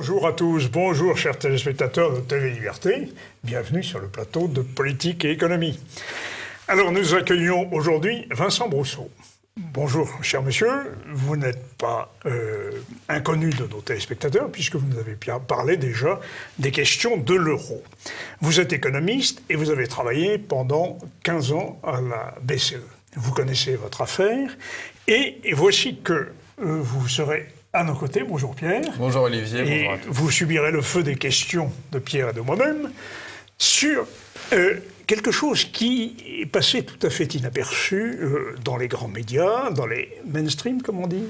Bonjour à tous, bonjour chers téléspectateurs de TV Liberté, bienvenue sur le plateau de Politique et Économie. Alors nous accueillons aujourd'hui Vincent Brousseau. Bonjour cher monsieur, vous n'êtes pas inconnu de nos téléspectateurs puisque vous nous avez bien parlé déjà des questions de l'euro. Vous êtes économiste et vous avez travaillé pendant 15 ans à la BCE. Vous connaissez votre affaire et voici que vous serez à nos côtés. Bonjour Pierre. Bonjour Olivier, bonjour à tous. Vous subirez le feu des questions de Pierre et de moi-même sur quelque chose qui est passé tout à fait inaperçu dans les grands médias, dans les mainstream, comme on dit.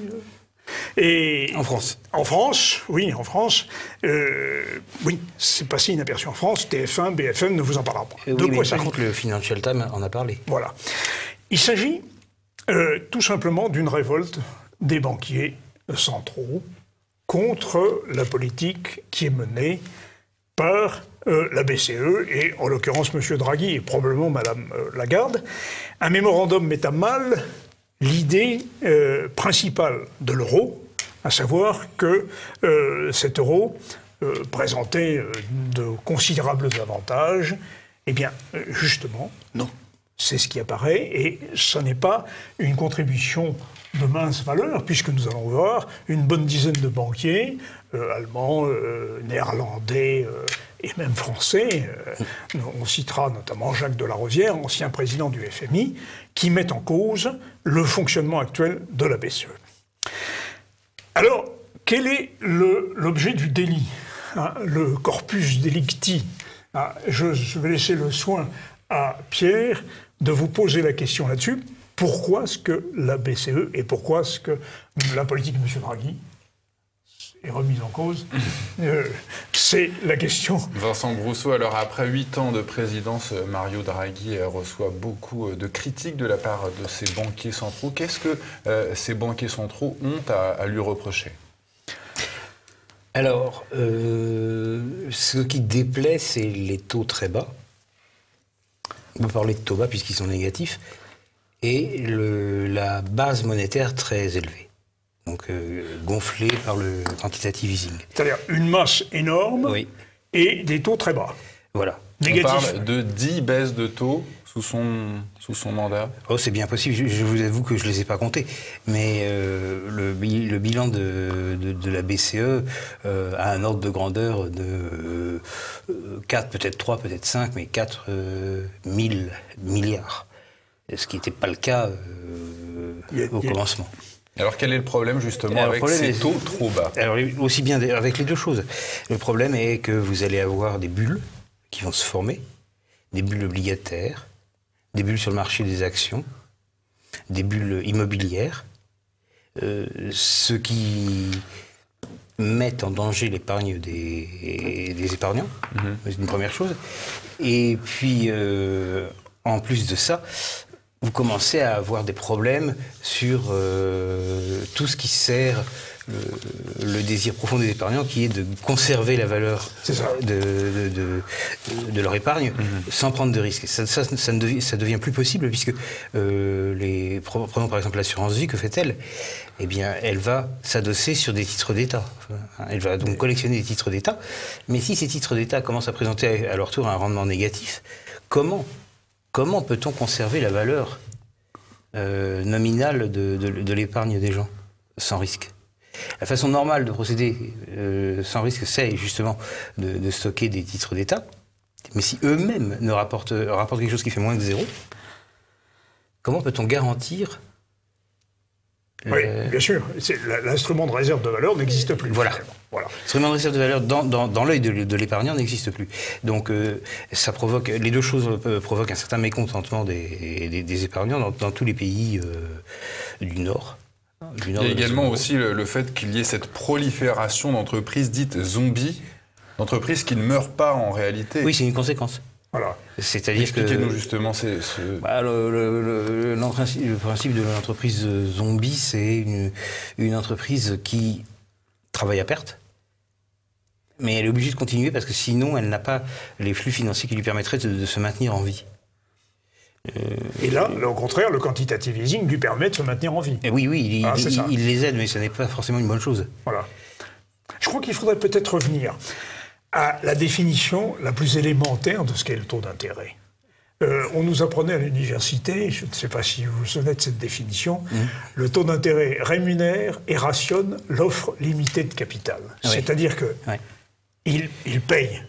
Et en France. En France, oui, en France. Oui, c'est passé inaperçu en France. TF1, BFM ne vous en parlera pas. Oui, mais par contre, le Financial Times en a parlé. Voilà. Il s'agit tout simplement d'une révolte des banquiers centraux contre la politique qui est menée par la BCE et en l'occurrence M. Draghi et probablement Mme Lagarde. Un mémorandum met à mal l'idée principale de l'euro, à savoir que cet euro présentait de considérables avantages. Eh bien, justement, non. C'est ce qui apparaît et ce n'est pas une contribution de mince valeur, puisque nous allons voir une bonne dizaine de banquiers, allemands, néerlandais et même français, on citera notamment Jacques Delarosière, ancien président du FMI, qui mettent en cause le fonctionnement actuel de la BCE. Alors, quel est l'objet du délit, hein, le corpus delicti? Je vais laisser le soin à Pierre de vous poser la question là-dessus. Pourquoi est-ce que la BCE et pourquoi est-ce que la politique de M. Draghi est remise en cause? C'est la question. Vincent Brousseau, alors après 8 ans de présidence, Mario Draghi reçoit beaucoup de critiques de la part de ses banquiers centraux. Qu'est-ce que ces banquiers centraux ont à lui reprocher? Alors, ce qui déplaît, c'est les taux très bas. On peut parler de taux bas puisqu'ils sont négatifs. Et la base monétaire très élevée, donc gonflée par le quantitative easing. C'est-à-dire une masse énorme oui. Et des taux très bas. Voilà. Négatif. On parle de 10 baisses de taux sous son mandat. Oh, c'est bien possible, je vous avoue que je ne les ai pas comptés. Mais le bilan de la BCE a un ordre de grandeur de 4, peut-être 3, peut-être 5, mais 4 000 milliards. Ce qui n'était pas le cas au commencement. Alors quel est le problème justement avec ces taux trop bas? Alors aussi bien avec les deux choses. Le problème est que vous allez avoir des bulles qui vont se former, des bulles obligataires, des bulles sur le marché des actions, des bulles immobilières, ce qui met en danger l'épargne des épargnants, c'est une première chose. Et puis, en plus de ça, vous commencez à avoir des problèmes sur tout ce qui sert le désir profond des épargnants, qui est de conserver la valeur de leur épargne sans prendre de risques. Ça devient plus possible puisque, prenons par exemple l'assurance vie, que fait-elle? Eh bien, elle va s'adosser sur des titres d'État. Elle va donc collectionner des titres d'État. Mais si ces titres d'État commencent à présenter à leur tour un rendement négatif, comment peut-on conserver la valeur nominale de l'épargne des gens sans risque? La façon normale de procéder sans risque, c'est justement de stocker des titres d'État. Mais si eux-mêmes ne rapportent quelque chose qui fait moins que zéro, comment peut-on garantir Oui, bien sûr. L'instrument de réserve de valeur n'existe plus. Voilà. L'instrument de réserve de valeur dans l'œil de l'épargnant n'existe plus. Donc, les deux choses provoquent un certain mécontentement des épargnants dans tous les pays du Nord. Il y a également aussi le fait qu'il y ait cette prolifération d'entreprises dites zombies, d'entreprises qui ne meurent pas en réalité. Oui, c'est une conséquence. Voilà. C'est-à-dire expliquez-nous justement le principe de l'entreprise zombie, c'est une entreprise qui travaille à perte, mais elle est obligée de continuer parce que sinon elle n'a pas les flux financiers qui lui permettraient de se maintenir en vie. Et là, au contraire, le quantitative easing lui permet de se maintenir en vie. Et oui, il les aide, mais ce n'est pas forcément une bonne chose. Voilà. Je crois qu'il faudrait peut-être revenir à la définition la plus élémentaire de ce qu'est le taux d'intérêt. On nous apprenait à l'université, je ne sais pas si vous vous souvenez de cette définition, le taux d'intérêt rémunère et rationne l'offre limitée de capital. Oui. C'est-à-dire que il paye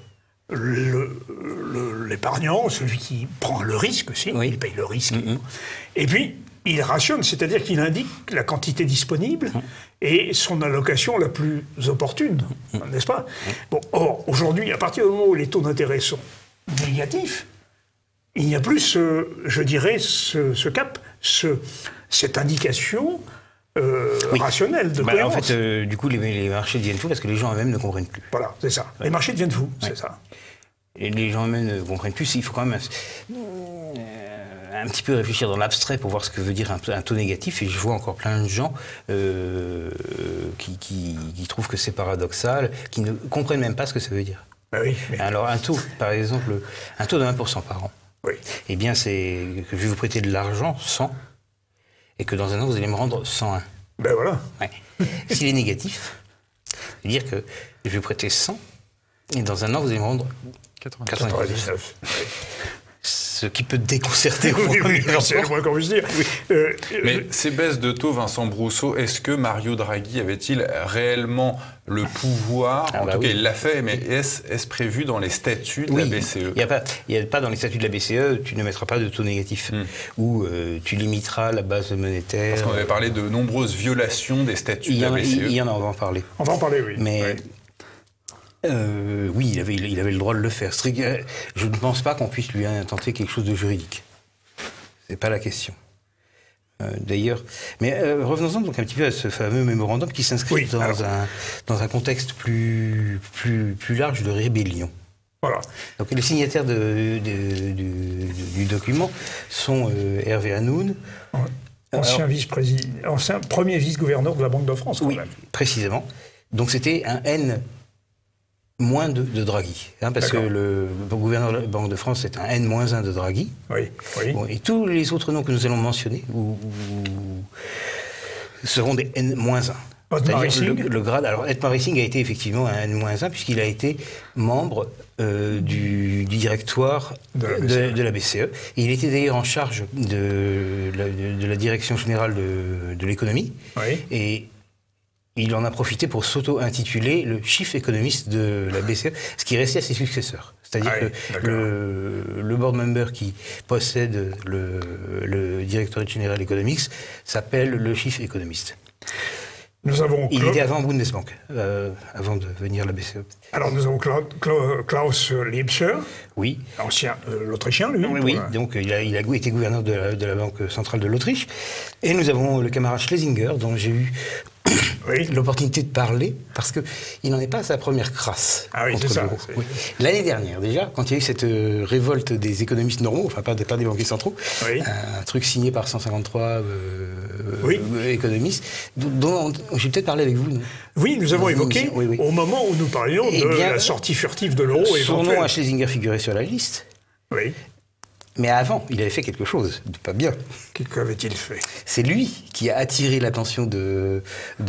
l'épargnant, celui qui prend le risque aussi, il paye le risque. Et puis, il rationne, c'est-à-dire qu'il indique la quantité disponible et son allocation la plus opportune, n'est-ce pas? Bon, or, aujourd'hui, à partir du moment où les taux d'intérêt sont négatifs, il n'y a plus, je dirais, ce cap, cette indication rationnelle de cohérence. En fait, du coup, les marchés deviennent fous parce que les gens eux-mêmes ne comprennent plus. Voilà, c'est ça. Les marchés deviennent fous, c'est ça. Et les gens eux-mêmes ne comprennent plus. Il faut quand même un petit peu réfléchir dans l'abstrait pour voir ce que veut dire un taux négatif. Et je vois encore plein de gens qui trouvent que c'est paradoxal, qui ne comprennent même pas ce que ça veut dire. Ben oui, mais... Alors un taux, par exemple, un taux de 1% par an. Oui. Eh bien, c'est que je vais vous prêter de l'argent, 100, et que dans un an, vous allez me rendre 101. Ben voilà. Ouais. S'il est négatif, c'est-à-dire que je vais vous prêter 100, et dans un an, vous allez me rendre 99. Ce qui peut déconcerter. C'est le moins qu'on puisse dire. Mais ces baisses de taux, Vincent Brousseau, est-ce que Mario Draghi avait-il réellement le pouvoir? En tout cas, il l'a fait, mais est-ce prévu dans les statuts de la BCE? Il n'y a pas dans les statuts de la BCE, tu ne mettras pas de taux négatif. Ou tu limiteras la base monétaire. Parce qu'on avait parlé de nombreuses violations des statuts de la BCE. Il y en a, on va en parler. On va en parler, oui. Mais... oui, il avait le droit de le faire. Je ne pense pas qu'on puisse lui intenter quelque chose de juridique. C'est pas la question. D'ailleurs, mais revenons-en donc un petit peu à ce fameux mémorandum qui s'inscrit dans un contexte plus large de rébellion. Voilà. Donc les signataires du document sont Hervé Hanoun, ancien premier vice-gouverneur de la Banque de France. Oui, précisément. Donc c'était un N- de Draghi. Parce que le gouverneur de la Banque de France, c'est un N-1 de Draghi. Oui. Bon, et tous les autres noms que nous allons mentionner seront des N-1. C'est-à-dire le grade. Alors, Otmar Hissing a été effectivement un N-1 puisqu'il a été membre du directoire de la BCE. Et il était d'ailleurs en charge de la direction générale de l'économie. Oui. Et il en a profité pour s'auto-intituler le chief économiste de la BCE, ce qui restait à ses successeurs. C'est-à-dire que le board member qui possède le directoire général Economics s'appelle le chief économiste. Il était avant Bundesbank, avant de venir à la BCE. Alors nous avons Klaus Liebscher, ancien l'Autrichien, lui. Oui, donc il a été gouverneur de la Banque centrale de l'Autriche. Et nous avons le camarade Schlesinger, dont j'ai eu l'opportunité de parler, parce qu'il n'en est pas à sa première crasse contre l'euro. L'année dernière, déjà, quand il y a eu cette révolte des économistes normaux, enfin pas des banquiers centraux, un truc signé par 153 économistes, dont j'ai peut-être parlé avec vous, non? Oui, nous avons évoqué au moment où nous parlions de la sortie furtive de l'euro. Son nom à Schlesinger figurait sur la liste. Oui. Mais avant, il avait fait quelque chose de pas bien. Qu'avait-il fait? C'est lui qui a attiré l'attention de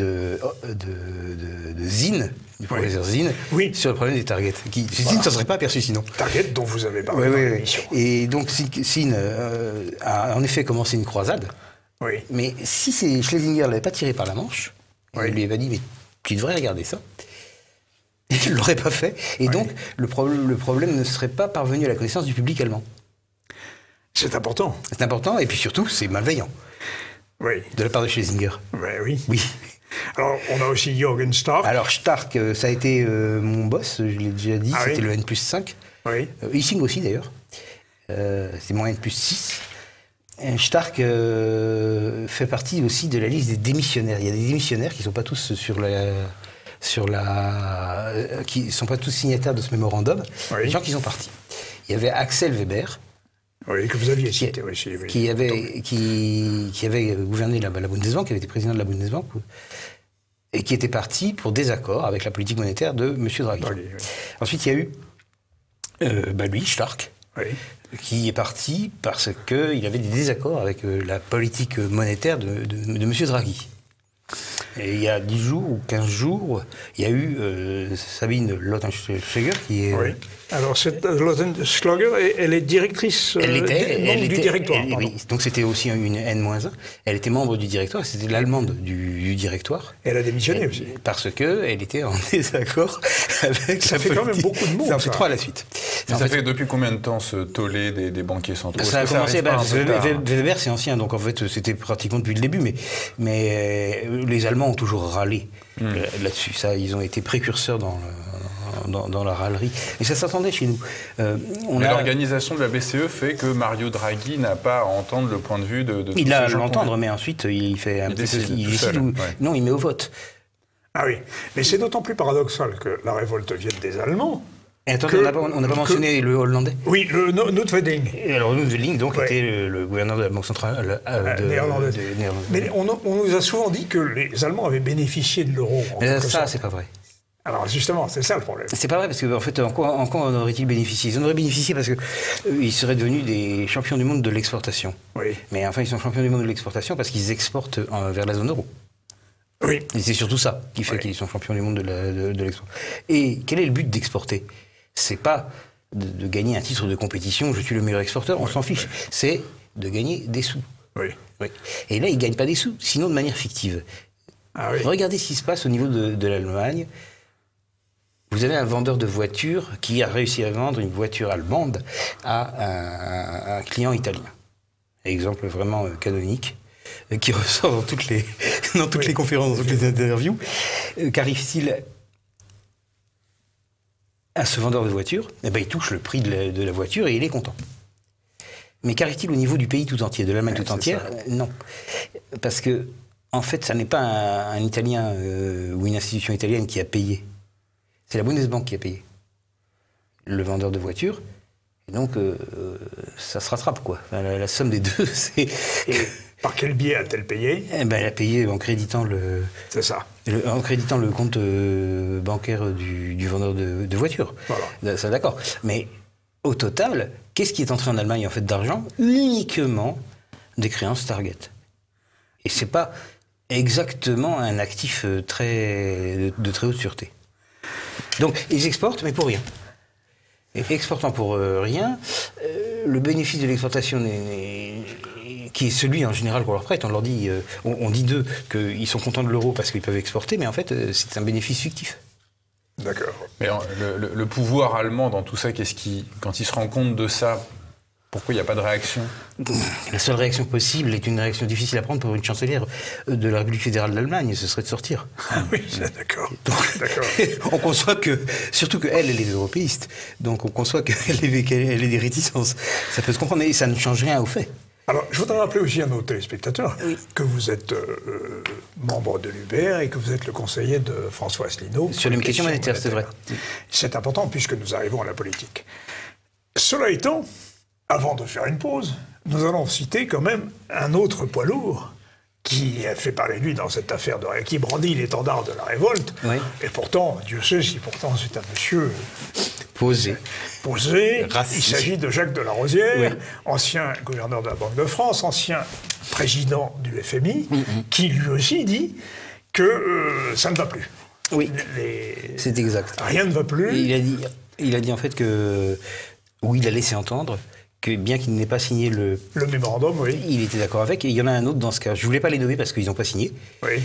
Zinn, du professeur Zinn, sur le problème des targets. Zinn ne s'en serait pas aperçu sinon. Target dont vous avez parlé dans l'émission. Et donc Zinn a en effet commencé une croisade. Oui. Mais si Schlesinger ne l'avait pas tiré par la manche, il lui avait dit, mais tu devrais regarder ça. Il ne l'aurait pas fait. Et donc, le problème ne serait pas parvenu à la connaissance du public allemand. C'est important. C'est important, et puis surtout, c'est malveillant. Oui. De la part de Schlesinger. Oui. Alors, on a aussi Jürgen Stark. Alors, Stark, ça a été mon boss, je l'ai déjà dit, c'était le N+5. Oui. Hissing aussi, d'ailleurs. C'est mon N+6. Stark fait partie aussi de la liste des démissionnaires. Il y a des démissionnaires qui ne sont pas tous qui sont pas tous signataires de ce mémorandum. Des gens qui sont partis. Il y avait Axel Weber. Oui, que vous aviez cité aussi. Qui avait gouverné la Bundesbank, qui avait été président de la Bundesbank, et qui était parti pour désaccord avec la politique monétaire de M. Draghi. Ensuite, il y a eu lui, Stark, qui est parti parce qu'il avait des désaccords avec la politique monétaire de M. Draghi. Et il y a 10 jours ou 15 jours, il y a eu Sabine Lautenschläger qui est... Oui. Alors, cette Lautenschläger, elle est directrice du directoire. Oui, donc c'était aussi une N-1. Elle était membre du directoire, c'était l'allemande du directoire. Elle a démissionné aussi. Parce qu'elle était en désaccord avec ça fait quand même beaucoup de mots. Ça en fait 3 à la suite. Ça fait depuis combien de temps ce tollé des banquiers centraux? Ça a commencé, Weber c'est ancien, donc en fait c'était pratiquement depuis le début, mais les Allemands ont toujours râlé là-dessus. Ça, ils ont été précurseurs dans la râlerie. Et ça s'attendait chez nous. L'organisation de la BCE fait que Mario Draghi n'a pas à entendre le point de vue de il a à l'entendre, mais ensuite il fait un petit peu... Il décide non, il met au vote. Ah oui, mais c'est d'autant plus paradoxal que la révolte vienne des Allemands. Et attendez, on n'a pas mentionné le Hollandais. Oui, le Noutveding. Alors Noutveding, donc, était le gouverneur de la Banque centrale néerlandaise. Mais on nous a souvent dit que les Allemands avaient bénéficié de l'euro. Mais ça, c'est pas vrai. Alors justement, c'est ça le problème. C'est pas vrai, parce qu'en fait, en quoi en auraient-ils bénéficié? Ils en auraient bénéficié parce qu'ils seraient devenus des champions du monde de l'exportation. Oui. Mais enfin, ils sont champions du monde de l'exportation parce qu'ils exportent vers la zone euro. Oui. Et c'est surtout ça qui fait qu'ils sont champions du monde de l'export. Et quel est le but d'exporter? C'est pas de gagner un titre de compétition, je suis le meilleur exporteur, on s'en fiche. C'est de gagner des sous. Oui. Et là, ils ne gagnent pas des sous, sinon de manière fictive. Ah oui. Regardez ce qui se passe au niveau de l'Allemagne. Vous avez un vendeur de voitures qui a réussi à vendre une voiture allemande à un client italien. Exemple vraiment canonique, qui ressort dans toutes les conférences, dans toutes les interviews. Qu'arrive-t-il à ce vendeur de voitures? Eh ben, il touche le prix de la voiture et il est content. Mais qu'arrive-t-il au niveau du pays tout entier, de l'Allemagne tout entière? Non. Parce que, en fait, ça n'est pas un Italien ou une institution italienne qui a payé. C'est la Bundesbank qui a payé le vendeur de voitures. Et donc, ça se rattrape, quoi. Enfin, la somme des deux, c'est... Et par quel biais a-t-elle payé? Eh ben, elle a payé en créditant le... C'est ça. En créditant le compte bancaire du vendeur de voitures. Voilà. Ça, d'accord. Mais au total, qu'est-ce qui est entré en Allemagne, en fait, d'argent? Uniquement des créances Target. Et c'est pas exactement un actif de très haute sûreté. Donc, ils exportent, mais pour rien. Et exportant pour rien, le bénéfice de l'exportation, qui est celui en général qu'on leur prête, on leur dit, on dit d'eux qu'ils sont contents de l'euro parce qu'ils peuvent exporter, mais en fait, c'est un bénéfice fictif. D'accord. Mais le pouvoir allemand dans tout ça, quand il se rend compte de ça, pourquoi il n'y a pas de réaction? La seule réaction possible est une réaction difficile à prendre pour une chancelière de la République fédérale d'Allemagne, ce serait de sortir. Ah oui, d'accord. On conçoit surtout qu'elle est européiste, donc on conçoit qu'elle ait des réticences. Ça peut se comprendre, mais ça ne change rien au fait. Alors, je voudrais rappeler aussi à nos téléspectateurs que vous êtes membre de l'UBR et que vous êtes le conseiller de François Asselineau. Sur les questions monétaires, c'est vrai. C'est important puisque nous arrivons à la politique. Cela étant, avant de faire une pause, nous allons citer quand même un autre poids lourd qui a fait parler de lui dans cette affaire qui brandit l'étendard de la révolte. Oui. Et pourtant, Dieu sait si pourtant c'est un monsieur... Posé. Il s'agit de Jacques de la Rosière, ancien gouverneur de la Banque de France, ancien président du FMI, qui lui aussi dit que ça ne va plus. Oui, c'est exact. Rien ne va plus. Il a dit en fait que... Ou il a laissé entendre que bien qu'il n'ait pas signé le mémorandum, oui. Il était d'accord avec. Et il y en a un autre dans ce cas. Je ne voulais pas les nommer parce qu'ils n'ont pas signé. Oui.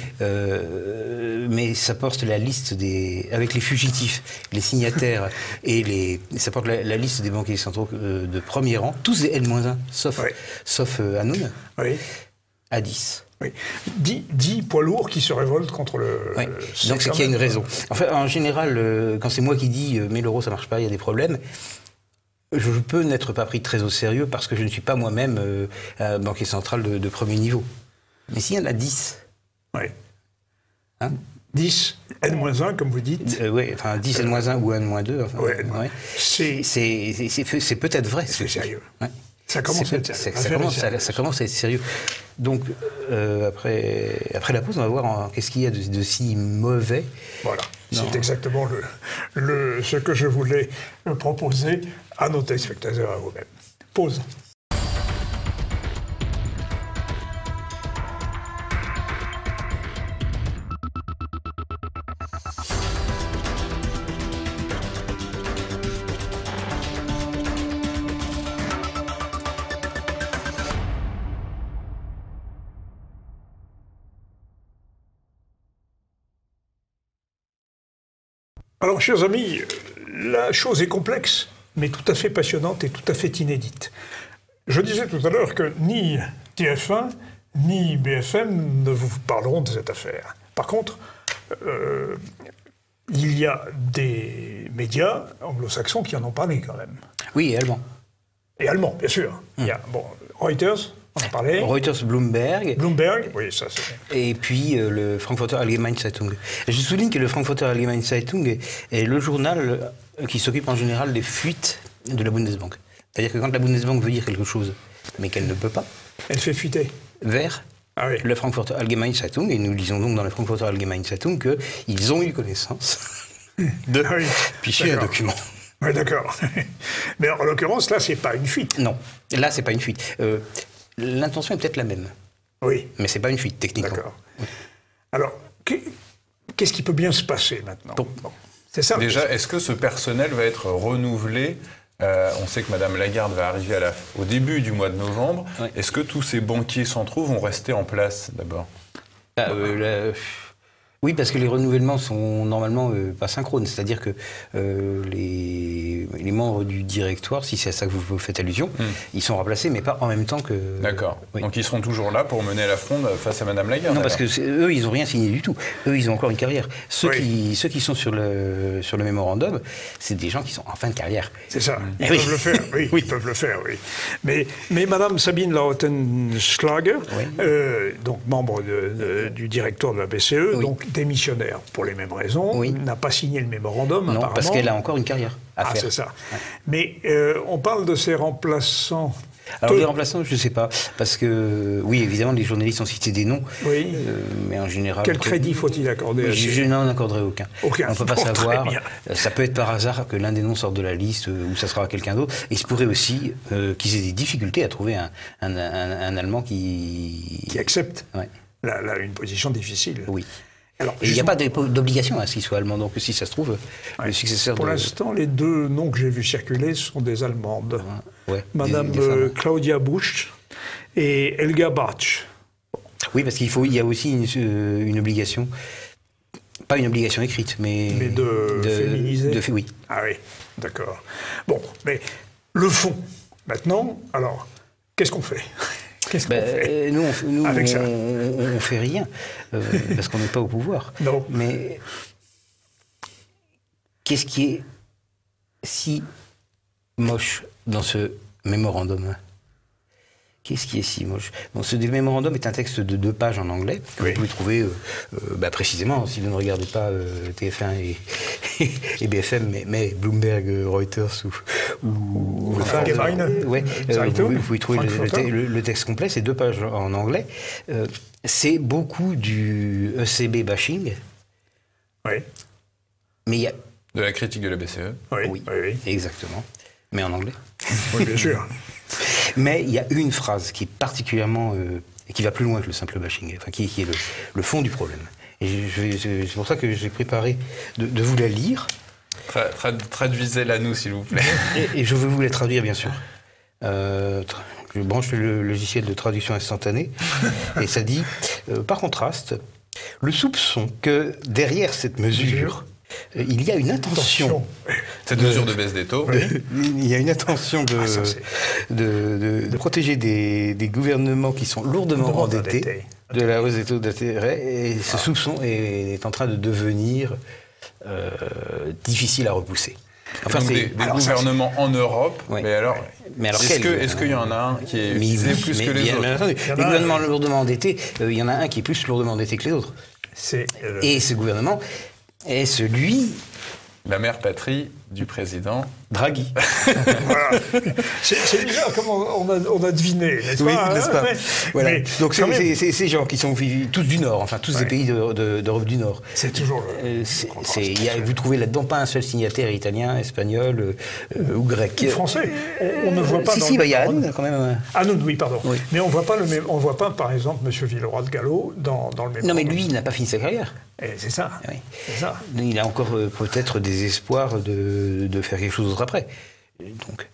Mais ça porte la liste avec les fugitifs, les signataires, et ça porte la liste des banquiers centraux de premier rang, tous des N-1, sauf Hanoun, à 10. Oui. 10 poids lourds qui se révoltent contre le... Oui. Donc c'est qu'il y a une raison. Enfin, en général, quand c'est moi qui dis « mais l'euro ça ne marche pas, il y a des problèmes », je peux n'être pas pris très au sérieux parce que je ne suis pas moi-même banquier central de premier niveau. Mais s'il y en a 10... Oui. 10, N-1, comme vous dites. Oui, enfin 10 N-1 ou N-2. Enfin, c'est peut-être vrai. C'est sérieux. Ouais. Ça commence à être sérieux. Donc, après la pause, on va voir qu'est-ce qu'il y a de si mauvais. Voilà, c'est exactement ce que je voulais proposer à nos téléspectateurs, à vous-même. Pause. Alors, chers amis, la chose est complexe, mais tout à fait passionnante et tout à fait inédite. Je disais tout à l'heure que ni TF1 ni BFM ne vous parleront de cette affaire. Par contre, il y a des médias anglo-saxons qui en ont parlé quand même. Oui, et allemands. Et allemands, bien sûr. Il y a Reuters, on en parlait. Reuters, Bloomberg. Bloomberg, oui, ça c'est... Et puis le Frankfurter Allgemeine Zeitung. Je souligne que le Frankfurter Allgemeine Zeitung est le journal qui s'occupe en général des fuites de la Bundesbank. C'est-à-dire que quand la Bundesbank veut dire quelque chose, mais qu'elle ne peut pas, elle fait fuiter. Vers le Frankfurter Allgemeine Zeitung, et nous lisons donc dans le Frankfurter Allgemeine Zeitung qu'ils ont eu connaissance de fichiers à documents. Oui, d'accord. Mais en l'occurrence, là, c'est pas une fuite. Non, là, c'est pas une fuite. L'intention est peut-être la même. Oui. Mais c'est pas une fuite, techniquement. D'accord. Alors, qu'est-ce qui peut bien se passer maintenant? Bon, c'est ça. Déjà, est-ce que ce personnel va être renouvelé? On sait que Mme Lagarde va arriver au début du mois de novembre. Oui. Est-ce que tous ces banquiers centraux vont rester en place, d'abord? Oui, parce que les renouvellements sont normalement pas synchrones. C'est-à-dire que les membres du directoire, si c'est à ça que vous faites allusion, ils sont remplacés, mais pas en même temps que... D'accord. Oui. Donc ils seront toujours là pour mener la fronde face à Mme Lagarde? Non, parce que eux, ils n'ont rien signé du tout. Eux, ils ont encore une carrière. Ceux qui sont sur le mémorandum, c'est des gens qui sont en fin de carrière. C'est ça. Ils peuvent le faire. Oui, ils peuvent le faire, oui. Mais Mme Sabine Lautenschlager, donc membre du directoire de la BCE, donc démissionnaire pour les mêmes raisons, n'a pas signé le mémorandum, apparemment. Parce qu'elle a encore une carrière à faire. C'est ça. Ouais. Mais on parle de ses remplaçants. Alors les remplaçants, je ne sais pas, parce que, oui, évidemment, les journalistes ont cité des noms, mais en général... Quel crédit faut-il accorder? Je n'en accorderai aucun. On ne peut pas savoir. Ça peut être par hasard que l'un des noms sorte de la liste, ou ça sera quelqu'un d'autre. Et il se pourrait aussi qu'ils aient des difficultés à trouver un Allemand qui accepte une position difficile. Oui. Alors, il n'y a pas d'obligation à ce qu'il soit allemand, donc si ça se trouve, le successeur Pour l'instant, les deux noms que j'ai vus circuler sont des Allemandes. Madame Claudia Busch et Helga Bartsch. Oui, parce il y a aussi une obligation, pas une obligation écrite, mais de féminiser. Oui. Ah oui, d'accord. Bon, mais le fond, maintenant, alors, qu'est-ce qu'on fait? Qu'est-ce qu'on fait nous, avec ça on fait rien, parce qu'on n'est pas au pouvoir. Non. Mais qu'est-ce qui est si moche dans ce mémorandum? Qu'est-ce qui est si moche? Ce mémorandum est un texte de 2 pages en anglais, que vous pouvez trouver précisément, si vous ne regardez pas TF1 et BFM, mais Bloomberg, Reuters ou vous pouvez trouver le texte complet, c'est 2 pages en anglais. C'est beaucoup du ECB bashing. Oui. Mais il y a... De la critique de la BCE. Oui, exactement. Mais en anglais. Oui, bien sûr. Mais il y a une phrase qui est particulièrement... et qui va plus loin que le simple bashing, enfin, qui est le fond du problème. Et c'est pour ça que j'ai préparé de vous la lire. Traduisez-la nous, s'il vous plaît. Et je veux vous la traduire, bien sûr. Je branche le logiciel de traduction instantanée, et ça dit, par contraste, le soupçon que derrière cette mesure... il y a une intention. Cette mesure de baisse des taux. Il y a une intention de protéger des gouvernements qui sont lourdement endettés de la hausse des taux d'intérêt. Et ce soupçon est en train de devenir difficile à repousser. Enfin, des gouvernements en Europe, mais alors est-ce qu'il y en a un qui est visé plus que les autres? Les gouvernements lourdement endettés, il y en a un qui est plus lourdement endetté que les autres. Et ce gouvernement est celui... La mère patrie du président Draghi. Voilà. C'est bizarre comment on a deviné, n'est-ce pas? N'est-ce pas? Voilà. Donc c'est ces gens qui sont tous du Nord, enfin tous des pays d'Europe du Nord. C'est toujours vous trouvez là-dedans pas un seul signataire italien, espagnol ou grec. Français. On ne voit pas. Il y a Hanoun quand même. Hanoun, oui, pardon. Oui. Mais on voit pas, par exemple, M. Villeroy de Gallo dans le même. Non, mais lui, il n'a pas fini sa carrière. C'est ça. Oui. C'est ça. Il a encore peut-être des espoirs de faire quelque chose d'autre après. Donc,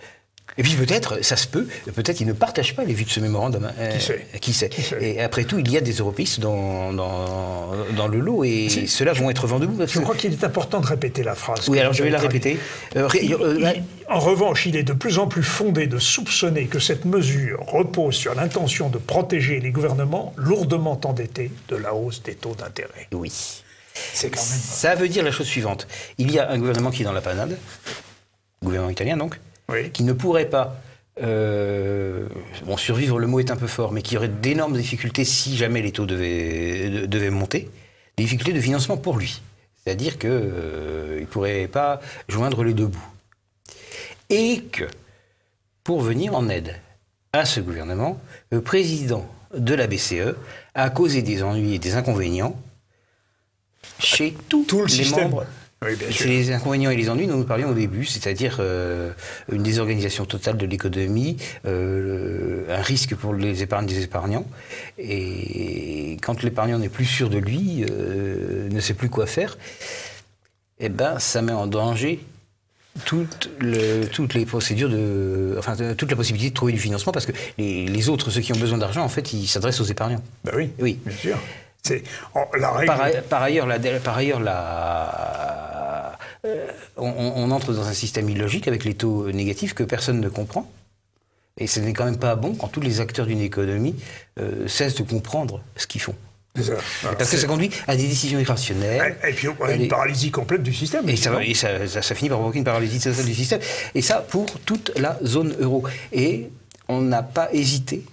Et puis peut-être, ça se peut, peut-être ils ne partagent pas les vues de ce mémorandum. Qui sait. Et après tout, il y a des européistes dans le lot et ceux-là vont être vent debout. Je crois qu'il est important de répéter la phrase. Oui, alors je vais la répéter. En revanche, il est de plus en plus fondé de soupçonner que cette mesure repose sur l'intention de protéger les gouvernements lourdement endettés de la hausse des taux d'intérêt. Oui. C'est quand même... Ça veut dire la chose suivante. Il y a un gouvernement qui est dans la panade, gouvernement italien donc, qui ne pourrait pas survivre, le mot est un peu fort, mais qui aurait d'énormes difficultés si jamais les taux devaient monter, des difficultés de financement pour lui. C'est-à-dire qu'il ne pourrait pas joindre les deux bouts. Et que, pour venir en aide à ce gouvernement, le président de la BCE a causé des ennuis et des inconvénients chez tous les membres. Oui, bien sûr. C'est les inconvénients et les ennuis dont nous parlions au début, c'est-à-dire une désorganisation totale de l'économie, un risque pour les épargnes des épargnants. Et quand l'épargnant n'est plus sûr de lui, ne sait plus quoi faire, eh ben, ça met en danger toutes les procédures toute la possibilité de trouver du financement, parce que les autres, ceux qui ont besoin d'argent, en fait, ils s'adressent aux épargnants. Ben oui, oui, bien sûr. La règle... Par ailleurs, on entre dans un système illogique avec les taux négatifs que personne ne comprend. Et ce n'est quand même pas bon quand tous les acteurs d'une économie cessent de comprendre ce qu'ils font. C'est ça. Parce que ça conduit à des décisions irrationnelles. Et puis une paralysie complète du système. Et ça finit par provoquer une paralysie totale du système. Et ça pour toute la zone euro. Et on n'a pas hésité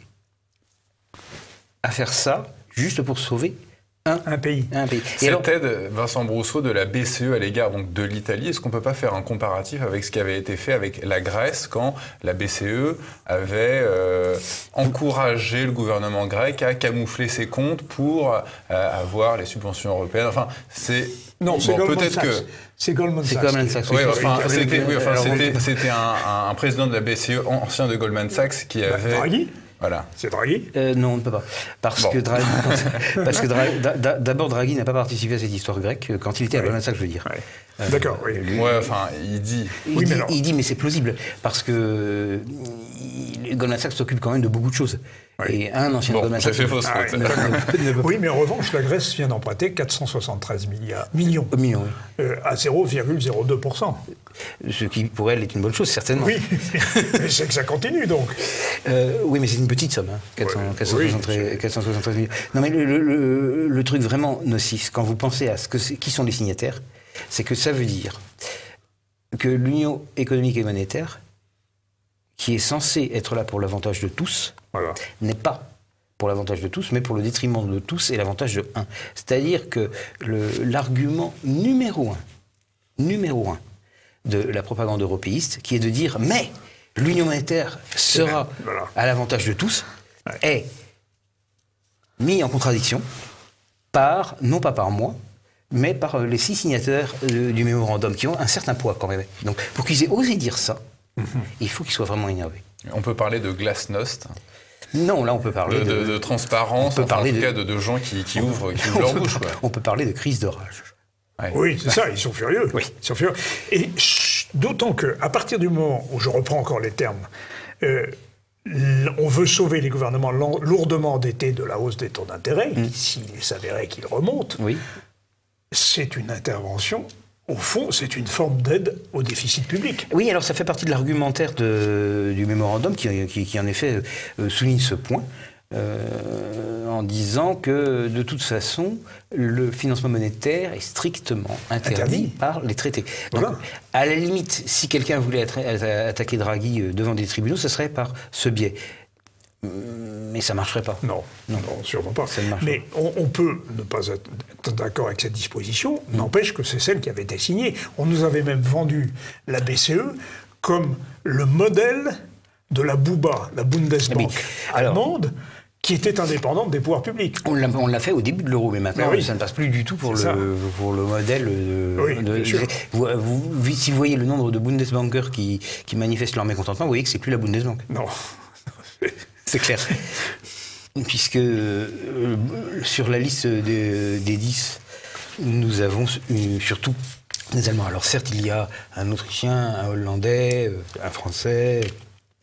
à faire ça juste pour sauver un pays. Cette aide, Vincent Brousseau, de la BCE à l'égard donc de l'Italie, est-ce qu'on ne peut pas faire un comparatif avec ce qui avait été fait avec la Grèce quand la BCE avait encouragé le gouvernement grec à camoufler ses comptes pour avoir les subventions européennes? Enfin, c'est... Non, c'est Goldman Sachs. C'est Goldman Sachs. Oui, c'était un président de la BCE, ancien de Goldman Sachs, qui avait... Draghi. Voilà. C'est Draghi? Non, on ne peut pas. Parce que d'abord, Draghi n'a pas participé à cette histoire grecque quand il était à Goldman Sachs, je veux dire. Ouais. D'accord, oui. Il dit... Il dit, mais c'est plausible, parce que Goldman Sachs s'occupe quand même de beaucoup de choses. Oui. Et un ancien Goldman Sachs... fait fausse route. Oui, mais en revanche, la Grèce vient d'emprunter 473 millions. Oui. À 0,02%. Ce qui, pour elle, est une bonne chose, certainement. Oui, mais c'est que ça continue, donc. Oui, mais c'est une petite somme, 473 millions. Non, mais le truc vraiment nocif, quand vous pensez à qui sont les signataires, c'est que ça veut dire que l'Union économique et monétaire, qui est censée être là pour l'avantage de tous, n'est pas pour l'avantage de tous, mais pour le détriment de tous et l'avantage de un. C'est-à-dire que l'argument numéro un de la propagande européiste, qui est de dire « mais l'union monétaire sera à l'avantage de tous », est mis en contradiction non pas par moi, mais par les 6 signataires du mémorandum, qui ont un certain poids quand même. Donc pour qu'ils aient osé dire ça, il faut qu'ils soient vraiment énervés. On peut parler de glasnost. Non, là on peut parler de transparence, en tout cas de gens qui ouvrent leur bouche. On peut parler de crise de rage. Ouais. Oui, c'est ça, ils sont furieux. Oui. Ils sont furieux. Et d'autant qu'à partir du moment où, je reprends encore les termes, on veut sauver les gouvernements lourdement endettés de la hausse des taux d'intérêt, s'il s'avérait qu'ils remontent, c'est une intervention, au fond, c'est une forme d'aide au déficit public. Oui, alors ça fait partie de l'argumentaire du mémorandum qui en effet souligne ce point. En disant que, de toute façon, le financement monétaire est strictement interdit par les traités. Donc, à la limite, si quelqu'un voulait attaquer Draghi devant des tribunaux, ce serait par ce biais. Mais ça ne marcherait pas. Non, sûrement pas. Ça ne marche mais on peut ne pas être d'accord avec cette disposition, n'empêche que c'est celle qui avait été signée. On nous avait même vendu la BCE comme le modèle de la BUBA, la Bundesbank allemande, qui était indépendante des pouvoirs publics. On l'a fait au début de l'euro, mais maintenant, ça ne passe plus du tout pour le modèle. Si vous voyez le nombre de Bundesbankers qui manifestent leur mécontentement, vous voyez que c'est plus la Bundesbank. Non. C'est clair. Puisque sur la liste des 10, nous avons surtout des Allemands. Alors certes, il y a un Autrichien, un Hollandais, un Français,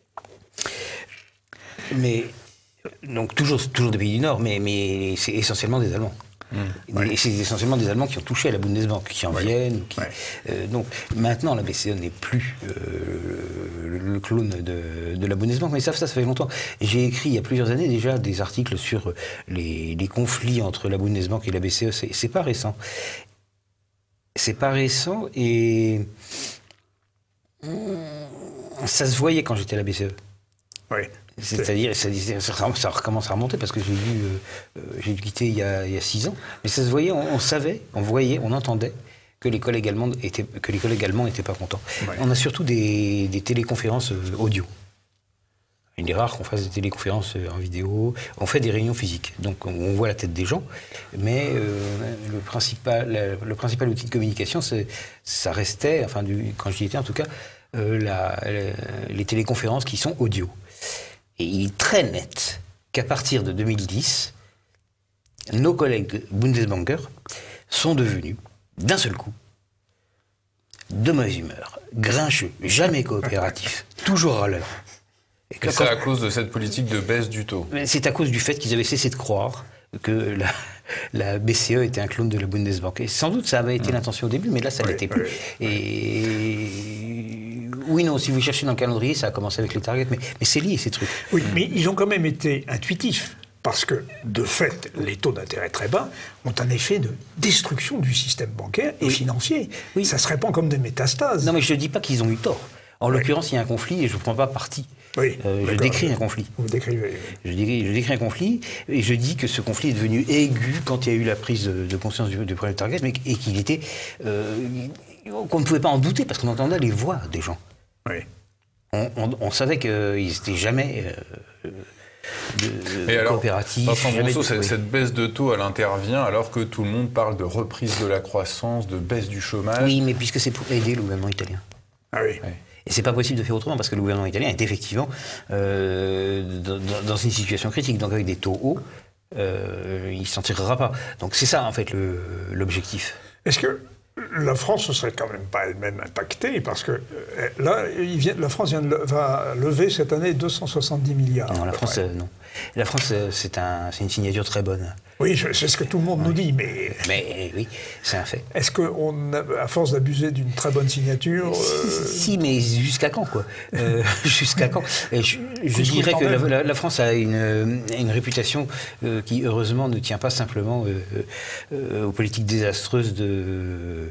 Mais, donc toujours des pays du Nord, mais c'est essentiellement des Allemands. Et c'est essentiellement des Allemands qui ont touché à la Bundesbank, qui en viennent. Donc maintenant, la BCE n'est plus le clone de la Bundesbank, mais ça fait longtemps. J'ai écrit il y a plusieurs années déjà des articles sur les conflits entre la Bundesbank et la BCE. C'est pas récent. C'est pas récent et ça se voyait quand j'étais à la BCE. Oui. C'est-à-dire, ça recommence à remonter parce que j'ai dû quitter il y a 6 ans. Mais ça se voyait, on savait, on voyait, on entendait que les collègues allemands n'étaient pas contents. Ouais. On a surtout des téléconférences audio. Il est rare qu'on fasse des téléconférences en vidéo. On fait des réunions physiques. Donc on voit la tête des gens. Mais le principal outil de communication, ça restait, enfin, quand j'y étais en tout cas, les téléconférences qui sont audio. Et il est très net qu'à partir de 2010, nos collègues Bundesbanker sont devenus, d'un seul coup, de mauvaise humeur, grincheux, jamais coopératifs, toujours râleurs. Et c'est à cause de cette politique de baisse du taux. C'est à cause du fait qu'ils avaient cessé de croire que la BCE était un clone de la Bundesbank. Et sans doute ça avait été l'intention au début, mais là ça ne l'était plus. Et oui, non, si vous cherchez dans le calendrier, ça a commencé avec les targets, mais c'est lié ces trucs. Oui, mais ils ont quand même été intuitifs, parce que de fait, les taux d'intérêt très bas ont un effet de destruction du système bancaire et financier. Oui. Ça se répand comme des métastases. Non, mais je ne dis pas qu'ils ont eu tort. En l'occurrence, il y a un conflit et je ne prends pas parti. Oui, je décris un conflit. Vous décrivez. Je décris un conflit et je dis que ce conflit est devenu aigu quand il y a eu la prise de conscience du problème de target, et qu'il était qu'on ne pouvait pas en douter parce qu'on entendait les voix des gens. Oui. On savait qu'ils n'étaient jamais coopératifs. Vincent Brousseau, cette baisse de taux, elle intervient alors que tout le monde parle de reprise de la croissance, de baisse du chômage. Oui, mais puisque c'est pour aider le gouvernement italien. Ah oui. Et c'est pas possible de faire autrement parce que le gouvernement italien est effectivement dans une situation critique. Donc avec des taux hauts, il s'en tirera pas. Donc c'est ça en fait l'objectif. Est-ce que la France ne serait quand même pas elle-même impactée parce que là, la France va lever cette année 270 milliards. Non, la France, non. La France, c'est une signature très bonne. Oui, c'est ce que tout le monde nous dit, mais... Mais oui, c'est un fait. Est-ce qu'on, à force d'abuser d'une très bonne signature... Si, mais jusqu'à quand, quoi jusqu'à quand je dirais que la France a une réputation qui, heureusement, ne tient pas simplement aux politiques désastreuses de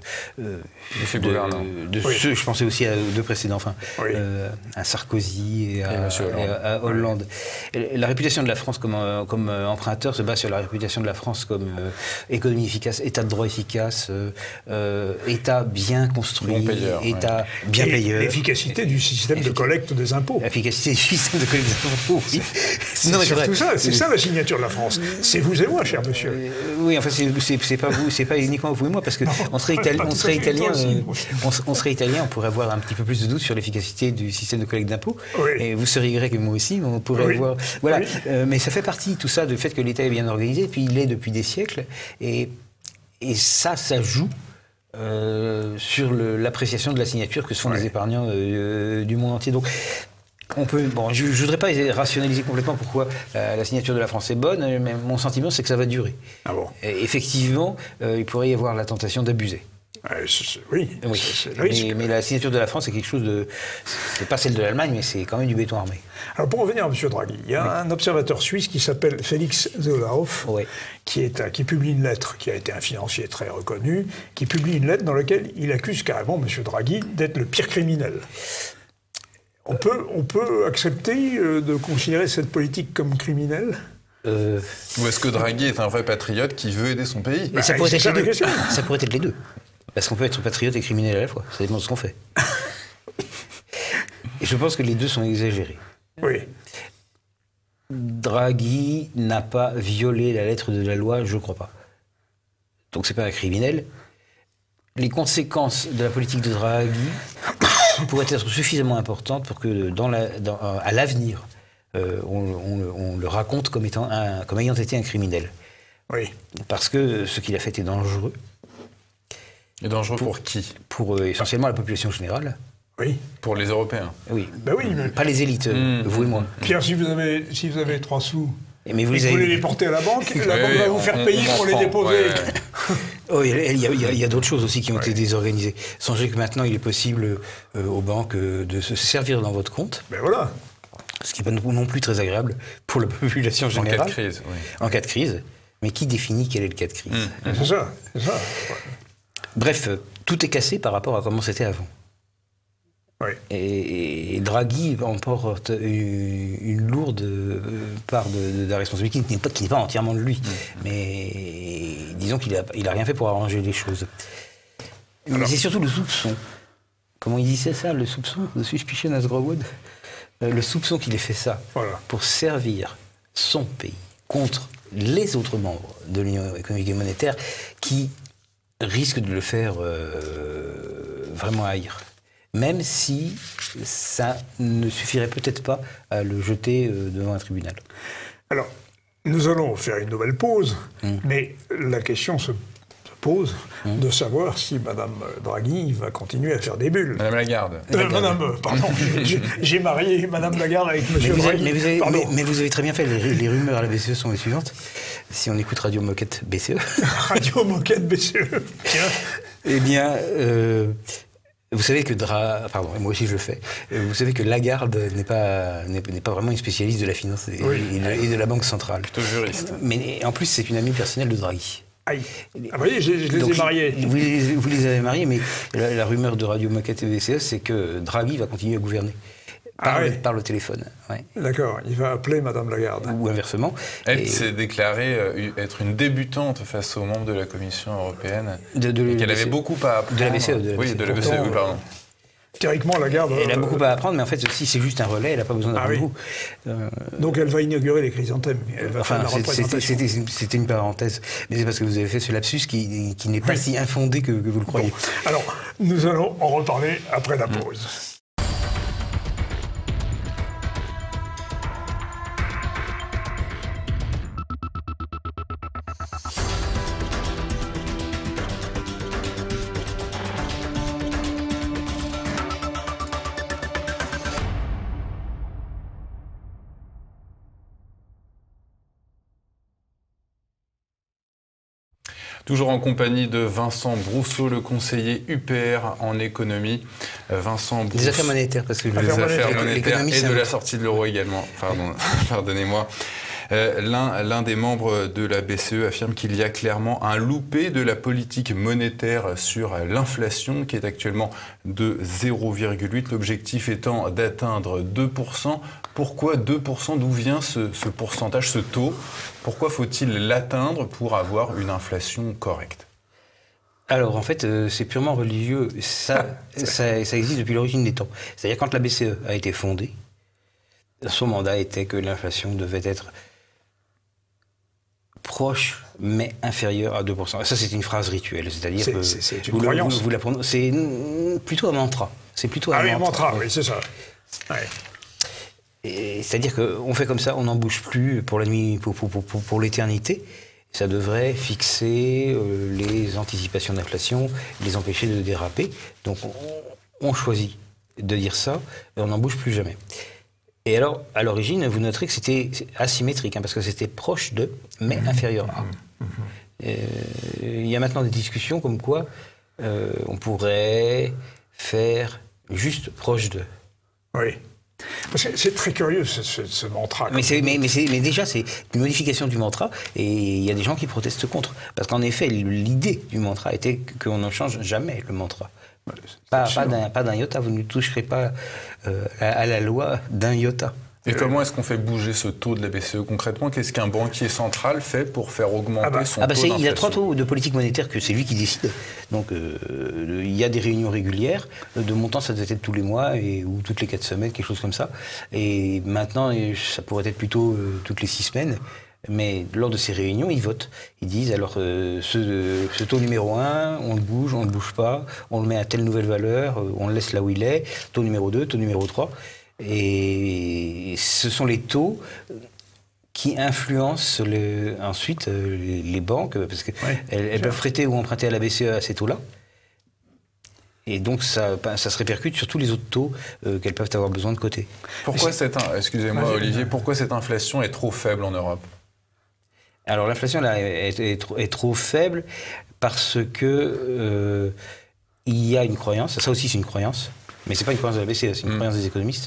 ceux, je pensais aussi aux deux précédents, enfin, à Sarkozy et à Hollande. La réputation de la France comme emprunteur se base sur la réputation de la France comme économie efficace, État de droit efficace, État bien construit, bon payeur, État bien payeur. L'efficacité du système de collecte des impôts. L'efficacité du système de collecte des impôts, oui. C'est ça la signature de la France. C'est vous et moi, cher monsieur. Oui, enfin, c'est pas vous, c'est pas uniquement vous et moi, parce que on serait italien, on pourrait avoir un petit peu plus de doute sur l'efficacité du système de collecte d'impôts. Oui. Et vous seriez grec et moi aussi, on pourrait avoir... Voilà. Oui. Mais ça fait partie, tout ça, du fait que l'État est bien organisé, puis il l'est depuis des siècles, et ça joue sur l'appréciation de la signature que se font les épargnants du monde entier. Donc, je ne voudrais pas rationaliser complètement pourquoi la signature de la France est bonne, mais mon sentiment, c'est que ça va durer. Ah bon ? Et effectivement, il pourrait y avoir la tentation d'abuser. Oui. Mais la signature de la France, c'est quelque chose de... C'est pas celle de l'Allemagne, mais c'est quand même du béton armé. Alors pour revenir à M. Draghi, il y a un observateur suisse qui s'appelle Félix Zollahoff, qui publie une lettre, qui a été un financier très reconnu, qui publie une lettre dans laquelle il accuse carrément M. Draghi d'être le pire criminel. On peut accepter de considérer cette politique comme criminelle ? Ou est-ce que Draghi est un vrai patriote qui veut aider son pays ? Ça pourrait être les deux. Ça pourrait être les deux. Parce qu'on peut être patriote et criminel à la fois. Ça dépend de ce qu'on fait. Et je pense que les deux sont exagérés. Oui. Draghi n'a pas violé la lettre de la loi, je ne crois pas. Donc c'est pas un criminel. Les conséquences de la politique de Draghi pourraient être suffisamment importantes pour que à l'avenir, on le raconte comme ayant été un criminel. Oui. Parce que ce qu'il a fait est dangereux. Et dangereux pour qui ? Pour essentiellement la population générale. Oui. Pour les Européens. Oui. Ben oui, mais Pas les élites, vous et moi. Pierre, si vous avez 3 sous Mais vous et que avez- vous voulez les porter à la banque, la banque va vous faire on payer en pour les prend, déposer. ouais. Oh, il y a d'autres choses aussi qui ont été désorganisées. Songez que maintenant, il est possible aux banques de se servir dans votre compte, Ben voilà. ce qui n'est pas non plus très agréable pour la population En cas générale. de crise, oui. En cas de crise. Mais qui définit quel est le cas de crise? C'est ça. Ouais. Bref, tout est cassé par rapport à comment c'était avant. Ouais. Et Draghi emporte une lourde part de la responsabilité qui n'est pas entièrement de lui. Mais disons qu'il a rien fait pour arranger les choses. Mais c'est surtout le soupçon. Comment il disait ça, le soupçon? The suspicion has grown wood. Le soupçon qu'il ait fait ça Voilà. pour servir son pays contre les autres membres de l'Union économique et monétaire qui risquent de le faire vraiment haïr. Même si ça ne suffirait peut-être pas à le jeter devant un tribunal. Alors, nous allons faire une nouvelle pause, mais la question se pose de savoir si Mme Draghi va continuer à faire des bulles. Madame Lagarde. Pardon, j'ai marié Mme Lagarde avec M. Draghi. Mais vous avez très bien fait. Les rumeurs à la BCE sont les suivantes. Si on écoute Radio Moquette BCE. Radio Moquette BCE. Tiens. Eh bien, vous savez que pardon, moi aussi je le fais. Vous savez que Lagarde n'est pas vraiment une spécialiste de la finance et de la Banque centrale. Plutôt juriste. Mais en plus, c'est une amie personnelle de Draghi. Aïe. Ah, vous voyez, je les ai mariés. Vous les avez mariés, mais la rumeur de Radio Moquette et BCE, c'est que Draghi va continuer à gouverner. Par le téléphone. Ouais. D'accord, il va appeler Mme Lagarde. Ou inversement. Elle s'est déclarée être une débutante face aux membres de la Commission européenne. Et qu'elle avait beaucoup à apprendre. De la BCE. Oui, de la BCE, Pourtant, pardon. Théoriquement, Lagarde... Elle a beaucoup à apprendre, mais en fait, si c'est juste un relais, elle n'a pas besoin d'apprendre vous. Donc elle va inaugurer les chrysanthèmes. Elle va faire la représentation. C'était une parenthèse. Mais c'est parce que vous avez fait ce lapsus qui n'est pas si infondé que vous le croyez. Bon. Alors, nous allons en reparler après la pause. Toujours en compagnie de Vincent Brousseau, le conseiller UPR en économie. Vincent Brousseau. Les affaires monétaires, parce que les affaires monétaires l'économie, et de la sortie de l'euro également. Pardonnez-moi. L'un des membres de la BCE affirme qu'il y a clairement un loupé de la politique monétaire sur l'inflation qui est actuellement de 0,8, l'objectif étant d'atteindre 2%. Pourquoi 2%? D'où vient ce pourcentage, ce taux? Pourquoi faut-il l'atteindre pour avoir une inflation correcte? Alors, en fait, c'est purement religieux. Ça existe depuis l'origine des temps. C'est-à-dire, quand la BCE a été fondée, son mandat était que l'inflation devait être proche, mais inférieure à 2%. Ça, c'est une phrase rituelle. C'est-à-dire que c'est une croyance. C'est plutôt un mantra. C'est plutôt un mantra, oui, c'est ça. Ouais. C'est-à-dire qu'on fait comme ça, on n'en bouge plus pour la nuit, pour l'éternité. Ça devrait fixer les anticipations d'inflation, les empêcher de déraper. Donc on choisit de dire ça et on n'en bouge plus jamais. Et alors, à l'origine, vous noterez que c'était asymétrique, parce que c'était proche de, mais inférieur à. Il y a maintenant des discussions comme quoi on pourrait faire juste proche de. Oui. C'est très curieux ce mantra. Mais déjà, c'est une modification du mantra et il y a des gens qui protestent contre. Parce qu'en effet, l'idée du mantra était qu'on ne change jamais le mantra. Pas d'un iota, vous ne toucherez pas à la loi d'un iota. Et comment est-ce qu'on fait bouger ce taux de la BCE concrètement? Qu'est-ce qu'un banquier central fait pour faire augmenter son taux d'inflation? Il y a 3 taux de politique monétaire que c'est lui qui décide. Donc il y a des réunions régulières. De montant, ça devait être tous les mois ou toutes les 4 semaines, quelque chose comme ça. Et maintenant, ça pourrait être plutôt toutes les 6 semaines. Mais lors de ces réunions, ils votent. Ils disent, alors, ce taux numéro 1, on le bouge pas, on le met à telle nouvelle valeur, on le laisse là où il est, taux numéro 2, taux numéro 3. Et ce sont les taux qui influencent ensuite les banques, parce qu'elles peuvent prêter ou emprunter à la BCE à ces taux-là. Et donc ça se répercute sur tous les autres taux qu'elles peuvent avoir besoin de coter. Pourquoi excusez-moi Olivier, pourquoi cette inflation est trop faible en Europe? Alors l'inflation là est trop faible parce que il y a une croyance, ça aussi c'est une croyance, mais c'est pas une croyance de la BCE, c'est une croyance des économistes,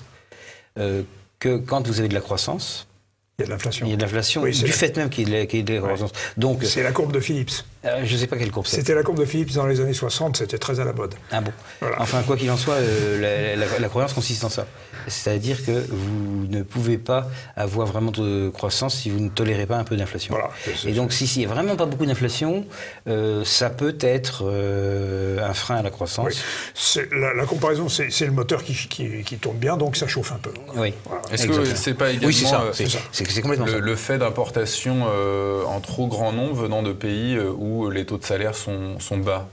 que quand vous avez de la croissance, il y a de l'inflation. Il y a de l'inflation, oui, du fait même qu'il y ait de la croissance. Donc, c'est la courbe de Phillips. Je ne sais pas quelle courbe c'est. C'était la courbe de Phillips dans les années 60, c'était très à la mode. Ah bon. Voilà. Enfin, quoi qu'il en soit, la croyance consiste en ça. C'est-à-dire que vous ne pouvez pas avoir vraiment de croissance si vous ne tolérez pas un peu d'inflation. Voilà, et donc, s'il n'y a vraiment pas beaucoup d'inflation, ça peut être un frein à la croissance. Oui. La comparaison, c'est le moteur qui tourne bien, donc ça chauffe un peu. Oui. Voilà. Est-ce que c'est pas également c'est complètement le fait d'importation en trop grand nombre venant de pays où les taux de salaire sont bas?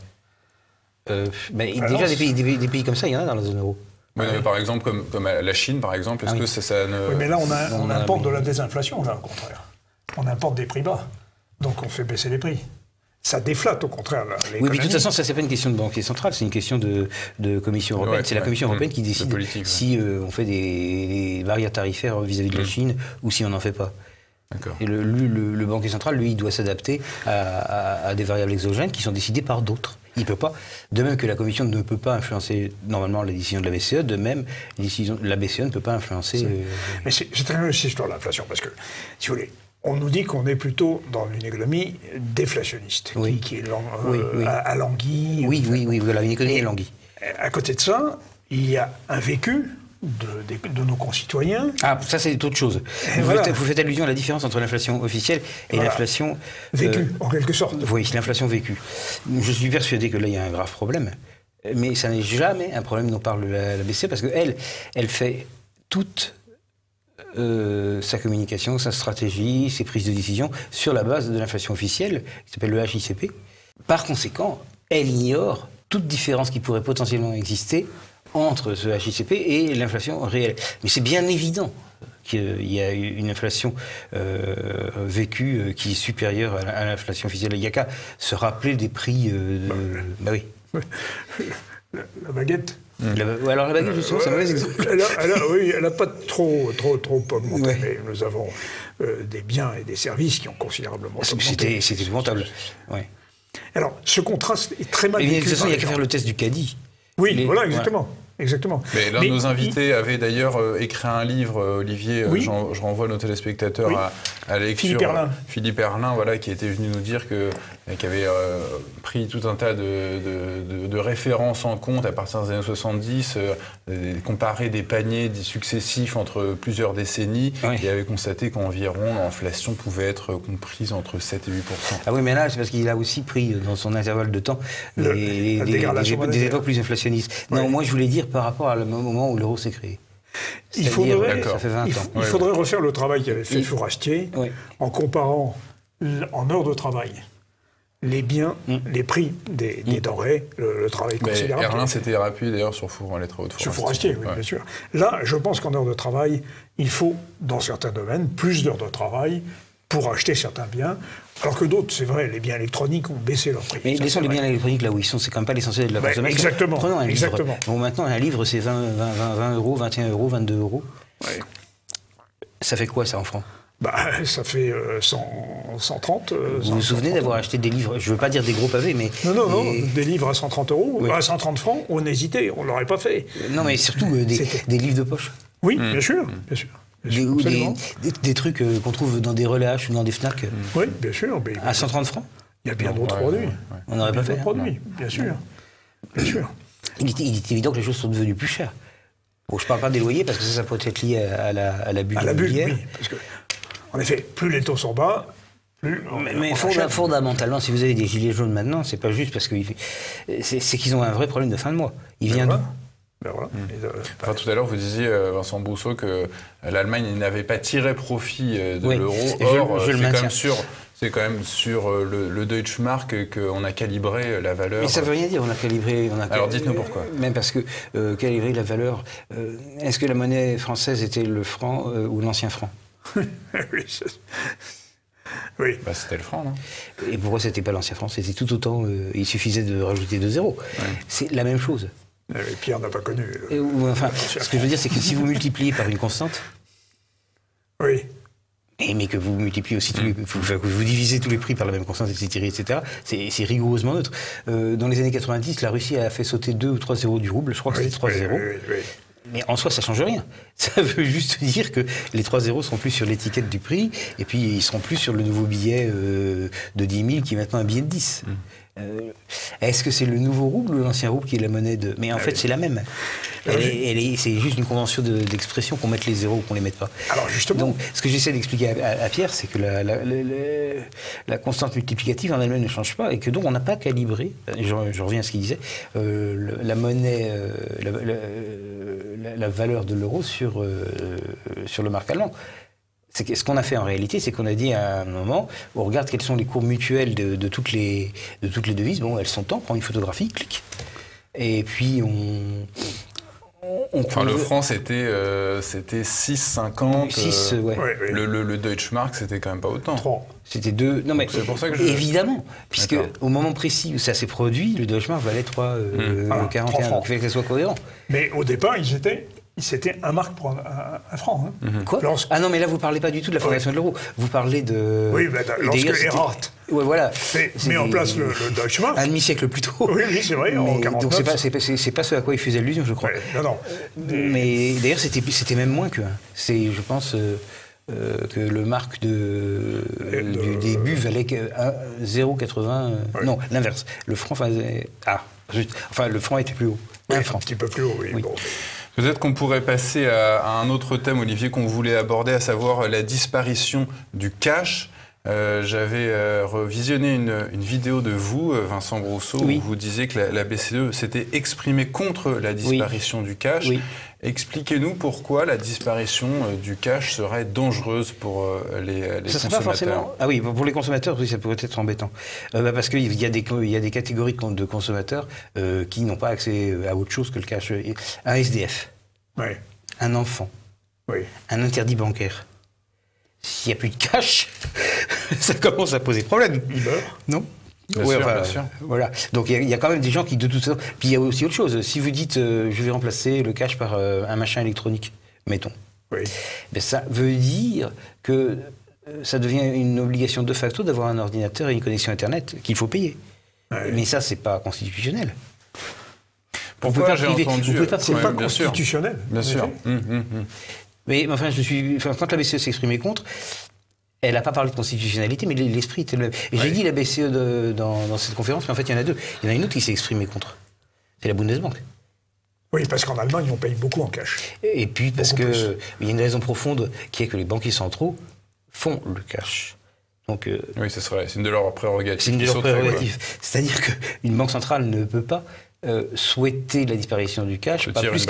Déjà, des pays comme ça, il y en a dans la zone euro. Oui, mais par exemple, comme la Chine, par exemple, est-ce que ça ne... Oui, mais là, on importe de la désinflation, là, au contraire. On importe des prix bas. Donc, on fait baisser les prix. Ça déflate, au contraire, l'économie. Oui, mais de toute façon, ça, c'est pas une question de banquier central, c'est une question de Commission européenne. C'est la Commission européenne qui décide si on fait des barrières tarifaires vis-à-vis de la Chine ou si on n'en fait pas. Et le banquier central, lui, il doit s'adapter à des variables exogènes qui sont décidées par d'autres. Il peut pas, de même que la Commission ne peut pas influencer normalement la décision de la BCE, de même la BCE ne peut pas influencer... Mais c'est très bien cette histoire de l'inflation, parce que, si vous voulez, on nous dit qu'on est plutôt dans une économie déflationniste, qui est alanguie. Oui, voilà, une économie alanguie. À côté de ça, il y a un vécu de nos concitoyens. Ah, ça c'est autre chose. Vous faites allusion à la différence entre l'inflation officielle et l'inflation... Vécue, en quelque sorte. Oui, l'inflation vécue. Je suis persuadé que là, il y a un grave problème. Mais ça n'est jamais un problème dont parle la BCE, parce qu'elle fait toute sa communication, sa stratégie, ses prises de décision sur la base de l'inflation officielle, qui s'appelle le HICP. Par conséquent, elle ignore toute différence qui pourrait potentiellement exister entre ce HICP et l'inflation réelle. Mais c'est bien évident qu'il y a une inflation vécue qui est supérieure à l'inflation officielle. Il n'y a qu'à se rappeler des prix oui. La baguette. Alors la baguette, justement, c'est un mauvais exemple. Elle n'a pas trop augmenté, mais nous avons des biens et des services qui ont considérablement augmenté. C'était épouvantable. Ouais. Alors, ce contraste est très mal vécu. De toute façon, il n'y a qu'à faire le test du caddie. Oui, voilà, exactement. Exactement. Mais l'un de nos invités avait d'ailleurs écrit un livre, Olivier, je renvoie nos téléspectateurs à la lecture. Philippe Erlin, voilà, qui était venu nous dire qui avait pris tout un tas de références en compte à partir des années 70, comparé des paniers successifs entre plusieurs décennies, et avait constaté qu'environ l'inflation pouvait être comprise entre 7 et 8%. Ah oui, mais là, c'est parce qu'il a aussi pris dans son intervalle de temps des époques plus inflationnistes. Non, moi je voulais dire par rapport au moment où l'euro s'est créé. Il faudrait refaire le travail qu'avait fait Fourastier en comparant en heures de travail les biens, les prix des denrées, le travail considérable. Erlin s'était rappelé d'ailleurs sur les travaux de Fourastier. Sur Fourastier, oui, bien sûr. Là, je pense qu'en heures de travail, il faut, dans certains domaines, plus d'heures de travail pour acheter certains biens, alors que d'autres, c'est vrai, les biens électroniques ont baissé leur prix. Mais laissons les biens électroniques là où ils sont, c'est quand même pas l'essentiel de la consommation. Exactement. Prenons un livre. Exactement. Bon, maintenant, un livre, c'est 20 euros, 21 euros, 22 euros. Ouais. Ça fait quoi, ça, en francs ? Ça fait 130. Vous vous souvenez d'avoir acheté des livres, je ne veux pas dire des gros pavés, mais... Non, des livres à 130 euros, à 130 francs, on hésitait, on ne l'aurait pas fait. Non, mais surtout des livres de poche. Oui, bien sûr, bien sûr. Des trucs qu'on trouve dans des relais H ou dans des FNAC. Oui, bien sûr. Mais à 130 francs. Il y a bien d'autres produits. On n'aurait pas fait. Produits, bien sûr. Bien sûr. Il est évident que les choses sont devenues plus chères. Bon, je ne parle pas des loyers, parce que ça peut être lié à la bulle immobilière. Oui, parce que, en effet, plus les taux sont bas, plus... Mais fondamentalement, si vous avez des gilets jaunes maintenant, c'est pas juste parce que c'est qu'ils ont un vrai problème de fin de mois. Il vient d'où ? Tout à l'heure, vous disiez, Vincent Brousseau, que l'Allemagne n'avait pas tiré profit de l'euro. Or, c'est quand même sur le Deutschmark qu'on a calibré la valeur. Mais ça ne veut rien dire, on a calibré... Alors dites-nous pourquoi. Même parce que calibrer la valeur... est-ce que la monnaie française était le franc ou l'ancien franc ? Oui. Bah, c'était le franc, non? Et pourquoi c'était pas l'ancien franc? C'était tout autant. Il suffisait de rajouter 2 zéros. Ouais. C'est la même chose. Et Pierre n'a pas connu. Enfin, ce que je veux dire, c'est que si vous multipliez par une constante, Oui. mais que vous multipliez aussi que vous divisez tous les prix par la même constante, etc., c'est rigoureusement neutre. Dans les années 90, la Russie a fait sauter 2 ou 3 zéros du rouble. Je crois que c'était 3 zéros. Oui. Mais en soi, ça ne change rien. Ça veut juste dire que les 3 zéros seront plus sur l'étiquette du prix, et puis ils seront plus sur le nouveau billet de 10 000 qui est maintenant un billet de 10. Est-ce que c'est le nouveau rouble ou l'ancien rouble qui est la monnaie de... Mais en fait, c'est la même. C'est juste une convention d'expression qu'on mette les zéros ou qu'on les mette pas. Alors justement... Donc, ce que j'essaie d'expliquer à Pierre, c'est que la constante multiplicative en elle-même ne change pas, et que donc on n'a pas calibré, je reviens à ce qu'il disait, la monnaie, la valeur de l'euro sur le marque allemand. Ce qu'on a fait en réalité, c'est qu'on a dit à un moment, on regarde quels sont les cours mutuels de toutes les devises. Bon, elles sont temps, on prend une photographie, clic. Et puis Enfin, le franc, c'était 6,50. 6, ouais. Le Deutschmark, c'était quand même pas autant. 3. C'était 2. Non, mais c'est pour ça que évidemment, puisque D'accord. au moment précis où ça s'est produit, le Deutschmark valait 3,41. 3 donc francs. il fallait que ça soit cohérent. Mais au départ, c'était un marque pour un franc. Hein. Quoi? Ah non, mais là, vous parlez pas du tout de la fondation de l'euro. Vous parlez de... Oui, lorsque Erhard ouais, voilà. met en place le Deutschmark. Un demi-siècle plus tôt. Oui, c'est vrai, en Mais, 49. donc c'est pas ce à quoi il faisait allusion, je crois. Ouais, non. Mais d'ailleurs, c'était même moins que... C'est, je pense, que le marque du début valait que 0,80... Non, l'inverse. Le franc faisait... le franc était plus haut. Oui, Un franc. Un petit peu plus haut, oui. Bon. Peut-être qu'on pourrait passer à un autre thème, Olivier, qu'on voulait aborder, à savoir la disparition du cash. J'avais revisionné une vidéo de vous, Vincent Brousseau, où vous disiez que la BCE s'était exprimée contre la disparition du cash. Oui. Expliquez-nous pourquoi la disparition du cash serait dangereuse pour les ça consommateurs. Pas forcément... Ah oui, pour les consommateurs, oui, ça pourrait être embêtant. Parce qu'il y a des catégories de consommateurs qui n'ont pas accès à autre chose que le cash. Un SDF, un enfant, un interdit bancaire. S'il n'y a plus de cash, ça commence à poser problème. Il meurt. Non? Bien sûr. Voilà. Donc il y a quand même des gens qui, de toute façon... Puis il y a aussi autre chose. Si vous dites, je vais remplacer le cash par un machin électronique, mettons. Oui. Ben, ça veut dire que ça devient une obligation de facto d'avoir un ordinateur et une connexion Internet qu'il faut payer. Ouais. Mais ça, c'est pas constitutionnel. Pourquoi j'ai entendu... C'est pas constitutionnel. Bien sûr. Mais enfin, quand la BCE s'est exprimée contre, elle n'a pas parlé de constitutionnalité, mais l'esprit était le même. Et j'ai dit la BCE dans cette conférence, mais en fait, il y en a deux. Il y en a une autre qui s'est exprimée contre. C'est la Bundesbank. Oui, parce qu'en Allemagne, on paye beaucoup en cash. Et puis, parce qu'il y a une raison profonde qui est que les banquiers centraux font le cash. Donc, oui, c'est une de leurs prérogatives. C'est une de leurs prérogatives. C'est-à-dire qu'une banque centrale ne peut pas souhaiter la disparition du cash,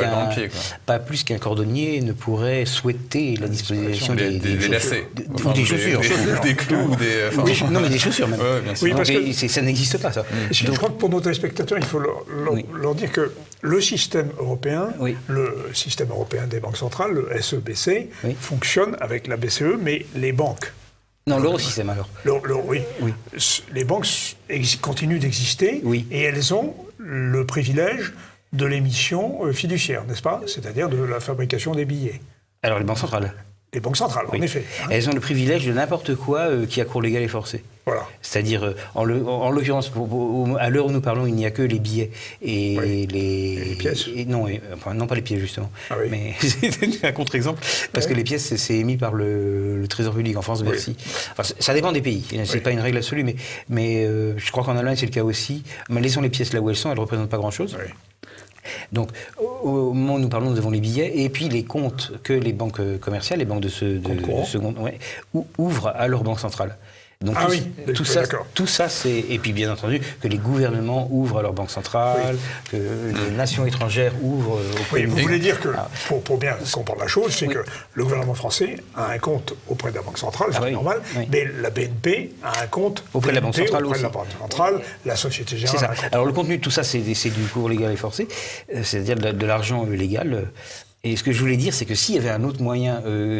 pas plus qu'un cordonnier ne pourrait souhaiter la disparition des lacets. Ou des chaussures. Des clous ou des... Non, mais des chaussures même. Oui, parce que ça n'existe pas, ça. Je crois que pour nos téléspectateurs, il faut leur dire que le système européen, le système européen des banques centrales, le SEBC, fonctionne avec la BCE, mais les banques... Non, l'eurosystème alors. Oui. Les banques continuent d'exister et elles ont le privilège de l'émission fiduciaire, n'est-ce pas? C'est-à-dire de la fabrication des billets. Alors les banques centrales. Les banques centrales, en effet. Elles ont le privilège de n'importe quoi qui a cours légal et forcé. Voilà. C'est-à-dire, en l'occurrence, à l'heure où nous parlons, il n'y a que les billets et les pièces. Non, pas les pièces, justement. Ah oui. Mais c'est un contre-exemple, parce que les pièces, c'est émis par le Trésor public en France, Bercy. Enfin, ça dépend des pays. C'est pas une règle absolue, mais je crois qu'en Allemagne, c'est le cas aussi. Mais laissons les pièces là où elles sont, elles ne représentent pas grand-chose. Oui. Donc, au moment où nous parlons, nous avons les billets et puis les comptes que les banques commerciales, les banques de seconde, ouvrent à leur banque centrale. Donc tout ça, c'est... Et puis bien entendu, que les gouvernements ouvrent à leur banque centrale, que les nations étrangères ouvrent... vous voulez dire que, pour bien comprendre la chose, c'est que le gouvernement français a un compte auprès de la banque centrale, c'est normal, mais la BNP a un compte auprès de la banque centrale auprès de la banque centrale, la Société Générale... Alors le contenu de tout ça, c'est du cours légal et forcé, c'est-à-dire de l'argent légal... Et ce que je voulais dire, c'est que s'il y avait un autre moyen,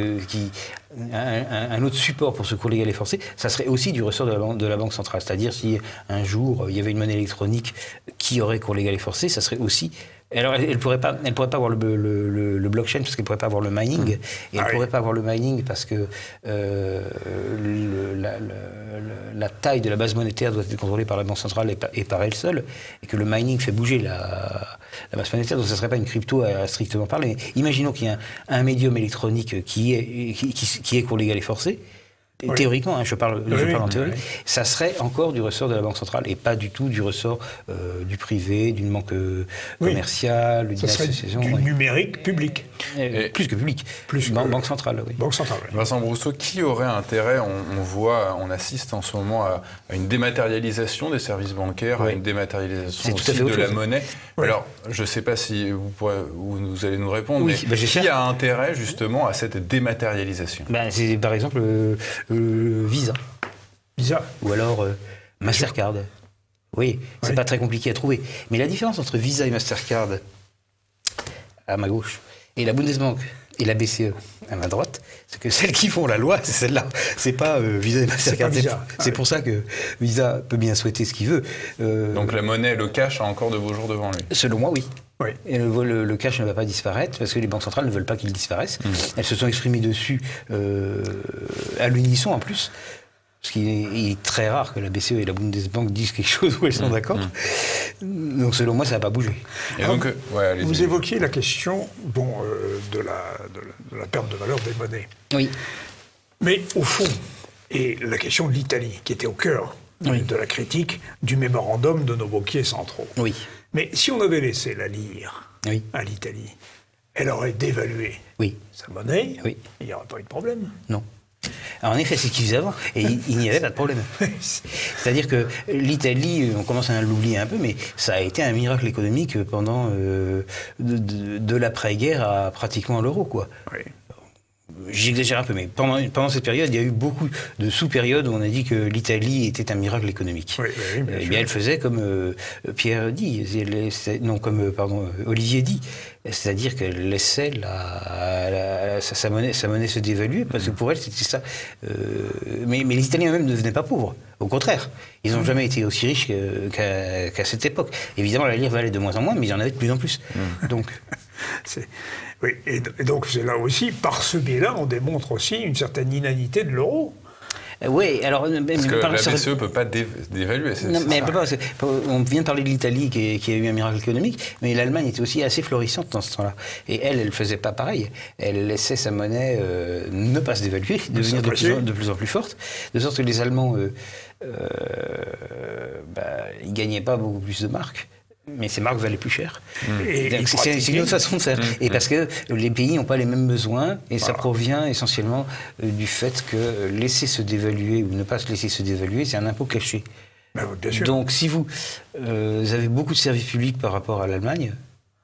un autre support pour ce cours légal et forcé, ça serait aussi du ressort de la Banque centrale. C'est-à-dire si un jour il y avait une monnaie électronique qui aurait cours légal et forcé, ça serait aussi... Alors, elle ne pourrait pas avoir le blockchain parce qu'elle ne pourrait pas avoir le mining. Et elle ne pourrait pas avoir le mining parce que la taille de la base monétaire doit être contrôlée par la Banque centrale et par elle seule. Et que le mining fait bouger la base monétaire. Donc, ça ne serait pas une crypto à strictement parler. Mais imaginons qu'il y ait un médium électronique qui est cours légal et forcé. Oui. Théoriquement, je parle en théorie, ça serait encore du ressort de la Banque centrale et pas du tout du ressort du privé, d'une banque commerciale, d'une association. Du numérique public. Plus que public. Banque centrale, oui. Banque centrale, oui. Vincent Brousseau, qui aurait intérêt, on assiste en ce moment à une dématérialisation des services bancaires, à une dématérialisation aussi de la monnaie. Oui. Alors, je ne sais pas si vous allez nous répondre, mais qui a intérêt justement à cette dématérialisation? C'est par exemple... Visa. Ou alors Mastercard. Oui, c'est pas très compliqué à trouver. Mais la différence entre Visa et Mastercard, à ma gauche, et la Bundesbank et la BCE, à ma droite, c'est que celles qui font la loi, c'est celle-là. C'est pas Visa et Mastercard. C'est pour ça que Visa peut bien souhaiter ce qu'il veut. Donc la monnaie, le cash a encore de beaux jours devant lui. Selon moi, oui. Oui. Et le cash ne va pas disparaître parce que les banques centrales ne veulent pas qu'il disparaisse. Elles se sont exprimées dessus à l'unisson en plus. Parce qu'il est très rare que la BCE et la Bundesbank disent quelque chose où elles sont d'accord. Donc selon moi, ça ne va pas bouger. Et donc, vous évoquiez la question de la perte de valeur des monnaies. Oui. Mais au fond, et la question de l'Italie, qui était au cœur de la critique du mémorandum de nos banquiers centraux. Oui. Mais si on avait laissé la lire à l'Italie, elle aurait dévalué sa monnaie, il n'y aurait pas eu de problème. Non. Alors en effet, c'est ce qu'ils faisaient avant, et il n'y avait pas de problème. C'est-à-dire que l'Italie, on commence à l'oublier un peu, mais ça a été un miracle économique pendant de l'après-guerre à pratiquement l'euro, quoi. Oui. J'exagère un peu, mais pendant cette période, il y a eu beaucoup de sous-périodes où on a dit que l'Italie était un miracle économique. Oui, eh bien, elle faisait comme Pierre dit, Olivier dit, c'est-à-dire qu'elle laissait sa monnaie se dévaluer, parce que pour elle, c'était ça. Mais les Italiens eux-mêmes ne devenaient pas pauvres. Au contraire, ils n'ont jamais été aussi riches qu'à cette époque. Évidemment, la lire valait de moins en moins, mais il y en avait de plus en plus. Donc... Oui, et donc c'est là aussi, par ce biais-là, on démontre aussi une certaine inanité de l'euro. Oui, alors... Parce que la BCE ne peut pas dévaluer. Non, mais elle peut pas, on vient de parler de l'Italie qui a eu un miracle économique, mais l'Allemagne était aussi assez florissante dans ce temps-là. Et elle ne faisait pas pareil. Elle laissait sa monnaie ne pas se dévaluer, devenir de plus en plus forte, de sorte que les Allemands, ils ne gagnaient pas beaucoup plus de marques. Mais ces marques valaient plus cher. C'est une autre façon de faire. Et parce que les pays n'ont pas les mêmes besoins, et ça provient essentiellement du fait que laisser se dévaluer ou ne pas se laisser se dévaluer, c'est un impôt caché. Bien sûr. Donc si vous avez beaucoup de services publics par rapport à l'Allemagne,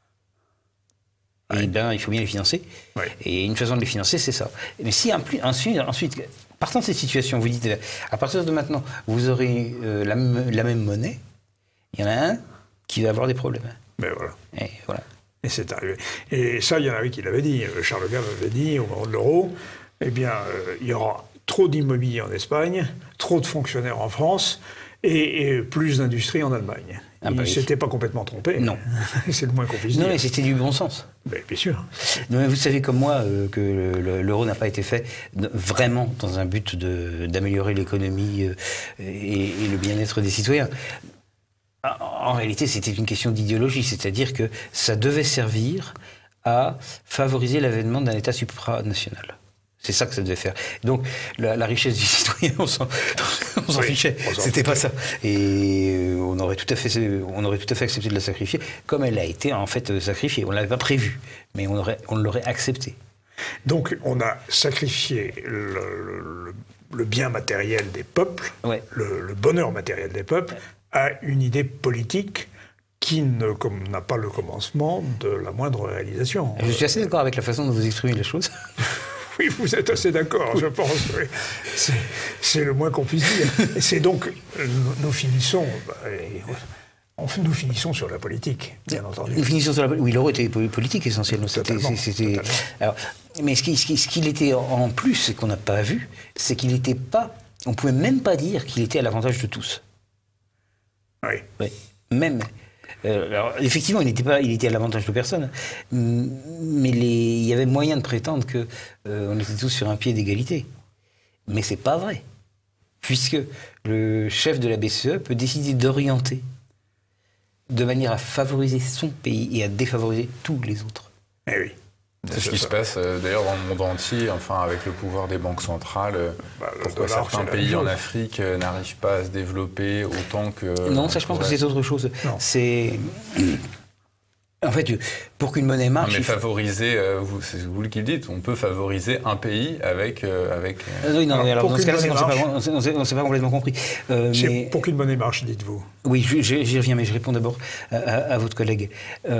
il faut bien les financer. Oui. Et une façon de les financer, c'est ça. Mais si ensuite, partant de cette situation, vous dites, à partir de maintenant, vous aurez la même monnaie, il y en a un qui va avoir des problèmes. Mais voilà. Et voilà. Et c'est arrivé. Et ça, il y en avait qui l'avaient dit. Charles Gave avait dit, au moment de l'euro, il y aura trop d'immobilier en Espagne, trop de fonctionnaires en France, et plus d'industrie en Allemagne. Il ne s'était pas complètement trompé. Non. C'est le moins qu'on puisse dire. Non, mais c'était du bon sens. Mais bien sûr. Non, mais vous savez comme moi que l'euro n'a pas été fait vraiment dans un but d'améliorer l'économie et le bien-être des citoyens. En réalité, c'était une question d'idéologie, c'est-à-dire que ça devait servir à favoriser l'avènement d'un État supranational. C'est ça que ça devait faire. Donc, la richesse du citoyen, on s'en fichait. C'était pas ça. Et on aurait tout à fait accepté de la sacrifier, comme elle a été en fait sacrifiée. On ne l'avait pas prévu, mais on l'aurait accepté. Donc, on a sacrifié le bien matériel des peuples, le bonheur matériel des peuples, à une idée politique qui n'a pas le commencement de la moindre réalisation. Je suis assez d'accord avec la façon dont vous exprimez les choses. Oui, vous êtes assez d'accord, je pense. Oui. C'est le moins qu'on puisse dire. Et c'est donc, nous finissons, nous finissons sur la politique, bien entendu. Nous finissons sur la politique. Oui, l'euro était politique essentiellement. Totalement. Alors, mais ce qu'il était en plus, et qu'on n'a pas vu, c'est qu'il n'était pas. On ne pouvait même pas dire qu'il était à l'avantage de tous. Oui. Oui. Même. Alors, effectivement, il était à l'avantage de personne, mais il y avait moyen de prétendre qu'on était tous sur un pied d'égalité. Mais c'est pas vrai, puisque le chef de la BCE peut décider d'orienter de manière à favoriser son pays et à défavoriser tous les autres. Eh oui. C'est ce qui se passe d'ailleurs dans le monde entier, enfin avec le pouvoir des banques centrales. Pourquoi certains pays en Afrique n'arrivent pas à se développer autant que... Non, ça je pense que c'est autre chose. Non. C'est... En fait, pour qu'une monnaie marche... Non, mais favoriser, c'est vous qui le dites, on peut favoriser un pays avec... Oui, non, mais alors dans ce cas-là, monnaie on ne s'est pas complètement compris. Mais... Pour qu'une monnaie marche, dites-vous. Oui, j'y reviens, mais je réponds d'abord à votre collègue.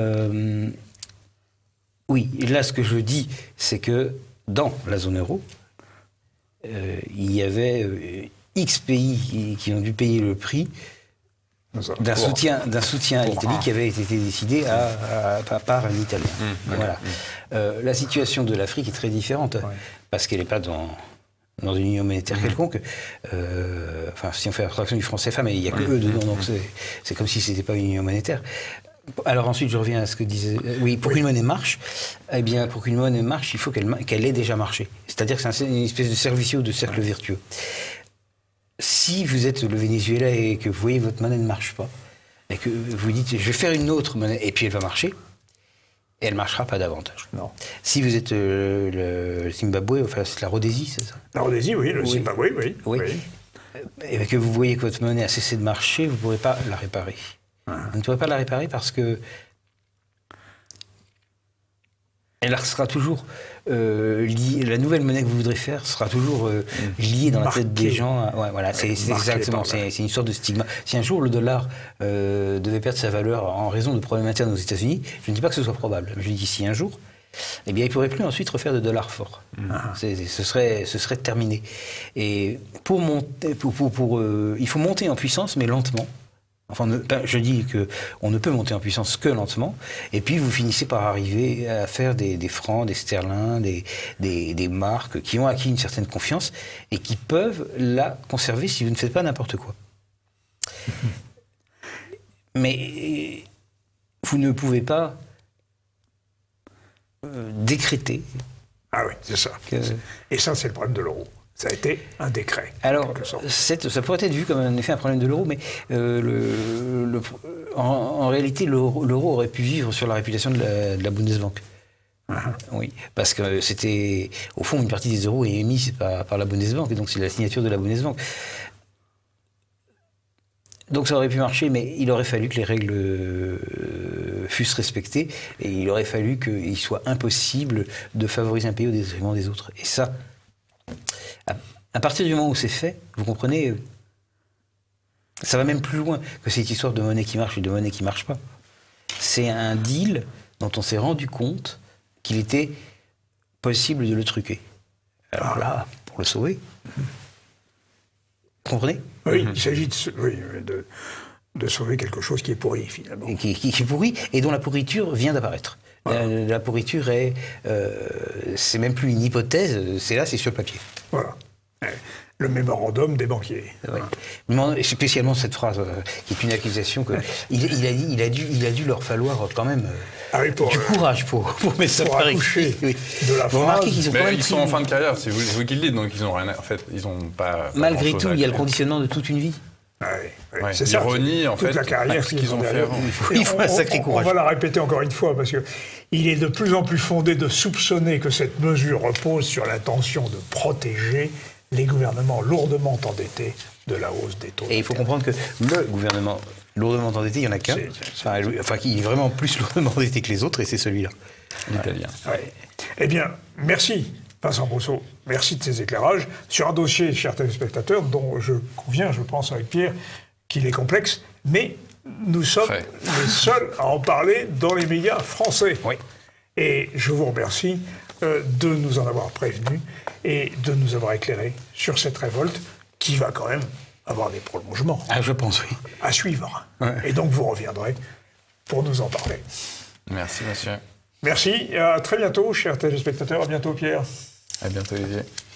Oui, là, ce que je dis, c'est que dans la zone euro, il y avait X pays qui ont dû payer le prix d'un soutien à l'Italie qui avait été décidé par un Italien. Voilà. La situation de l'Afrique est très différente, parce qu'elle n'est pas dans une union monétaire quelconque. Enfin, si on fait abstraction du franc CFA, mais il n'y a que eux dedans, donc c'est comme si ce n'était pas une union monétaire. Alors ensuite, je reviens à ce que disait... Oui, pour qu'une monnaie marche, eh bien, pour qu'une monnaie marche, il faut qu'elle ait déjà marché. C'est-à-dire que c'est une espèce de cercle ou de cercle vertueux. Si vous êtes le Venezuela et que vous voyez votre monnaie ne marche pas, et que vous dites, je vais faire une autre monnaie, et puis elle va marcher, et elle ne marchera pas davantage. Non. Si vous êtes le Zimbabwe, enfin c'est la Rhodésie, c'est ça? La Rhodésie, oui, le Zimbabwe, oui. Et que vous voyez que votre monnaie a cessé de marcher, vous ne pourrez pas la réparer. Vous ne pourrez pas la réparer parce que elle sera toujours liée, la nouvelle monnaie que vous voudrez faire sera toujours liée dans la tête des gens. Ouais, voilà, c'est exactement, c'est une sorte de stigma. Si un jour le dollar devait perdre sa valeur en raison de problèmes internes aux États-Unis, je ne dis pas que ce soit probable, mais je dis si un jour, eh bien, il ne pourrait plus ensuite refaire de dollars forts. Ce serait terminé. Et pour monter, il faut monter en puissance, mais lentement. Enfin, je dis qu'on ne peut monter en puissance que lentement, et puis vous finissez par arriver à faire des francs, des sterlins, des marques qui ont acquis une certaine confiance et qui peuvent la conserver si vous ne faites pas n'importe quoi. Mais vous ne pouvez pas décréter. Ah oui, c'est ça. Et ça, c'est le problème de l'euro. Ça a été un décret. Alors, ça pourrait être vu comme un problème de l'euro, mais en réalité, l'euro aurait pu vivre sur la réputation de la Bundesbank. Oui, parce que c'était, au fond, une partie des euros est émise par la Bundesbank, et donc c'est la signature de la Bundesbank. Donc ça aurait pu marcher, mais il aurait fallu que les règles fussent respectées, et il aurait fallu qu'il soit impossible de favoriser un pays au détriment des autres. Et ça... À partir du moment où c'est fait, vous comprenez, ça va même plus loin que cette histoire de monnaie qui marche et de monnaie qui ne marche pas. C'est un deal dont on s'est rendu compte qu'il était possible de le truquer. Alors là, pour le sauver, vous comprenez? Oui, il s'agit de sauver quelque chose qui est pourri, finalement. Et qui est pourri, et dont la pourriture vient d'apparaître. Voilà. La pourriture c'est même plus une hypothèse, c'est sur le papier. Voilà. Le mémorandum des banquiers. Oui. Spécialement cette phrase, qui est une accusation que il a dû leur falloir quand même du courage pour mettre ça par écrit. Oui. De la vous remarquez qu'ils ils sont en fin de carrière, c'est vous qui le dites, donc ils ont rien. En fait, ils ont pas. Malgré tout, il y a le conditionnement de toute une vie. C'est ça. L'ironie, en fait, toute la carrière qu'ils ont fait avant. Il faut un sacré courage. On va la répéter encore une fois, parce qu'il est de plus en plus fondé de soupçonner que cette mesure repose sur l'intention de protéger les gouvernements lourdement endettés de la hausse des taux. Et il faut comprendre que le gouvernement lourdement endetté, il n'y en a qu'un. Enfin, qui est vraiment plus lourdement endetté que les autres, et c'est celui-là. L'italien. Eh bien, merci, Vincent Brousseau. Merci de ces éclairages sur un dossier, chers téléspectateurs, dont je conviens, je pense avec Pierre, qu'il est complexe, mais nous sommes les seuls à en parler dans les médias français. Oui. Et je vous remercie de nous en avoir prévenus et de nous avoir éclairés sur cette révolte qui va quand même avoir des prolongements Ah, je pense, oui. à suivre. Ouais. Et donc vous reviendrez pour nous en parler. Merci, monsieur. Merci, à très bientôt, chers téléspectateurs. À bientôt, Pierre. À bientôt, Olivier.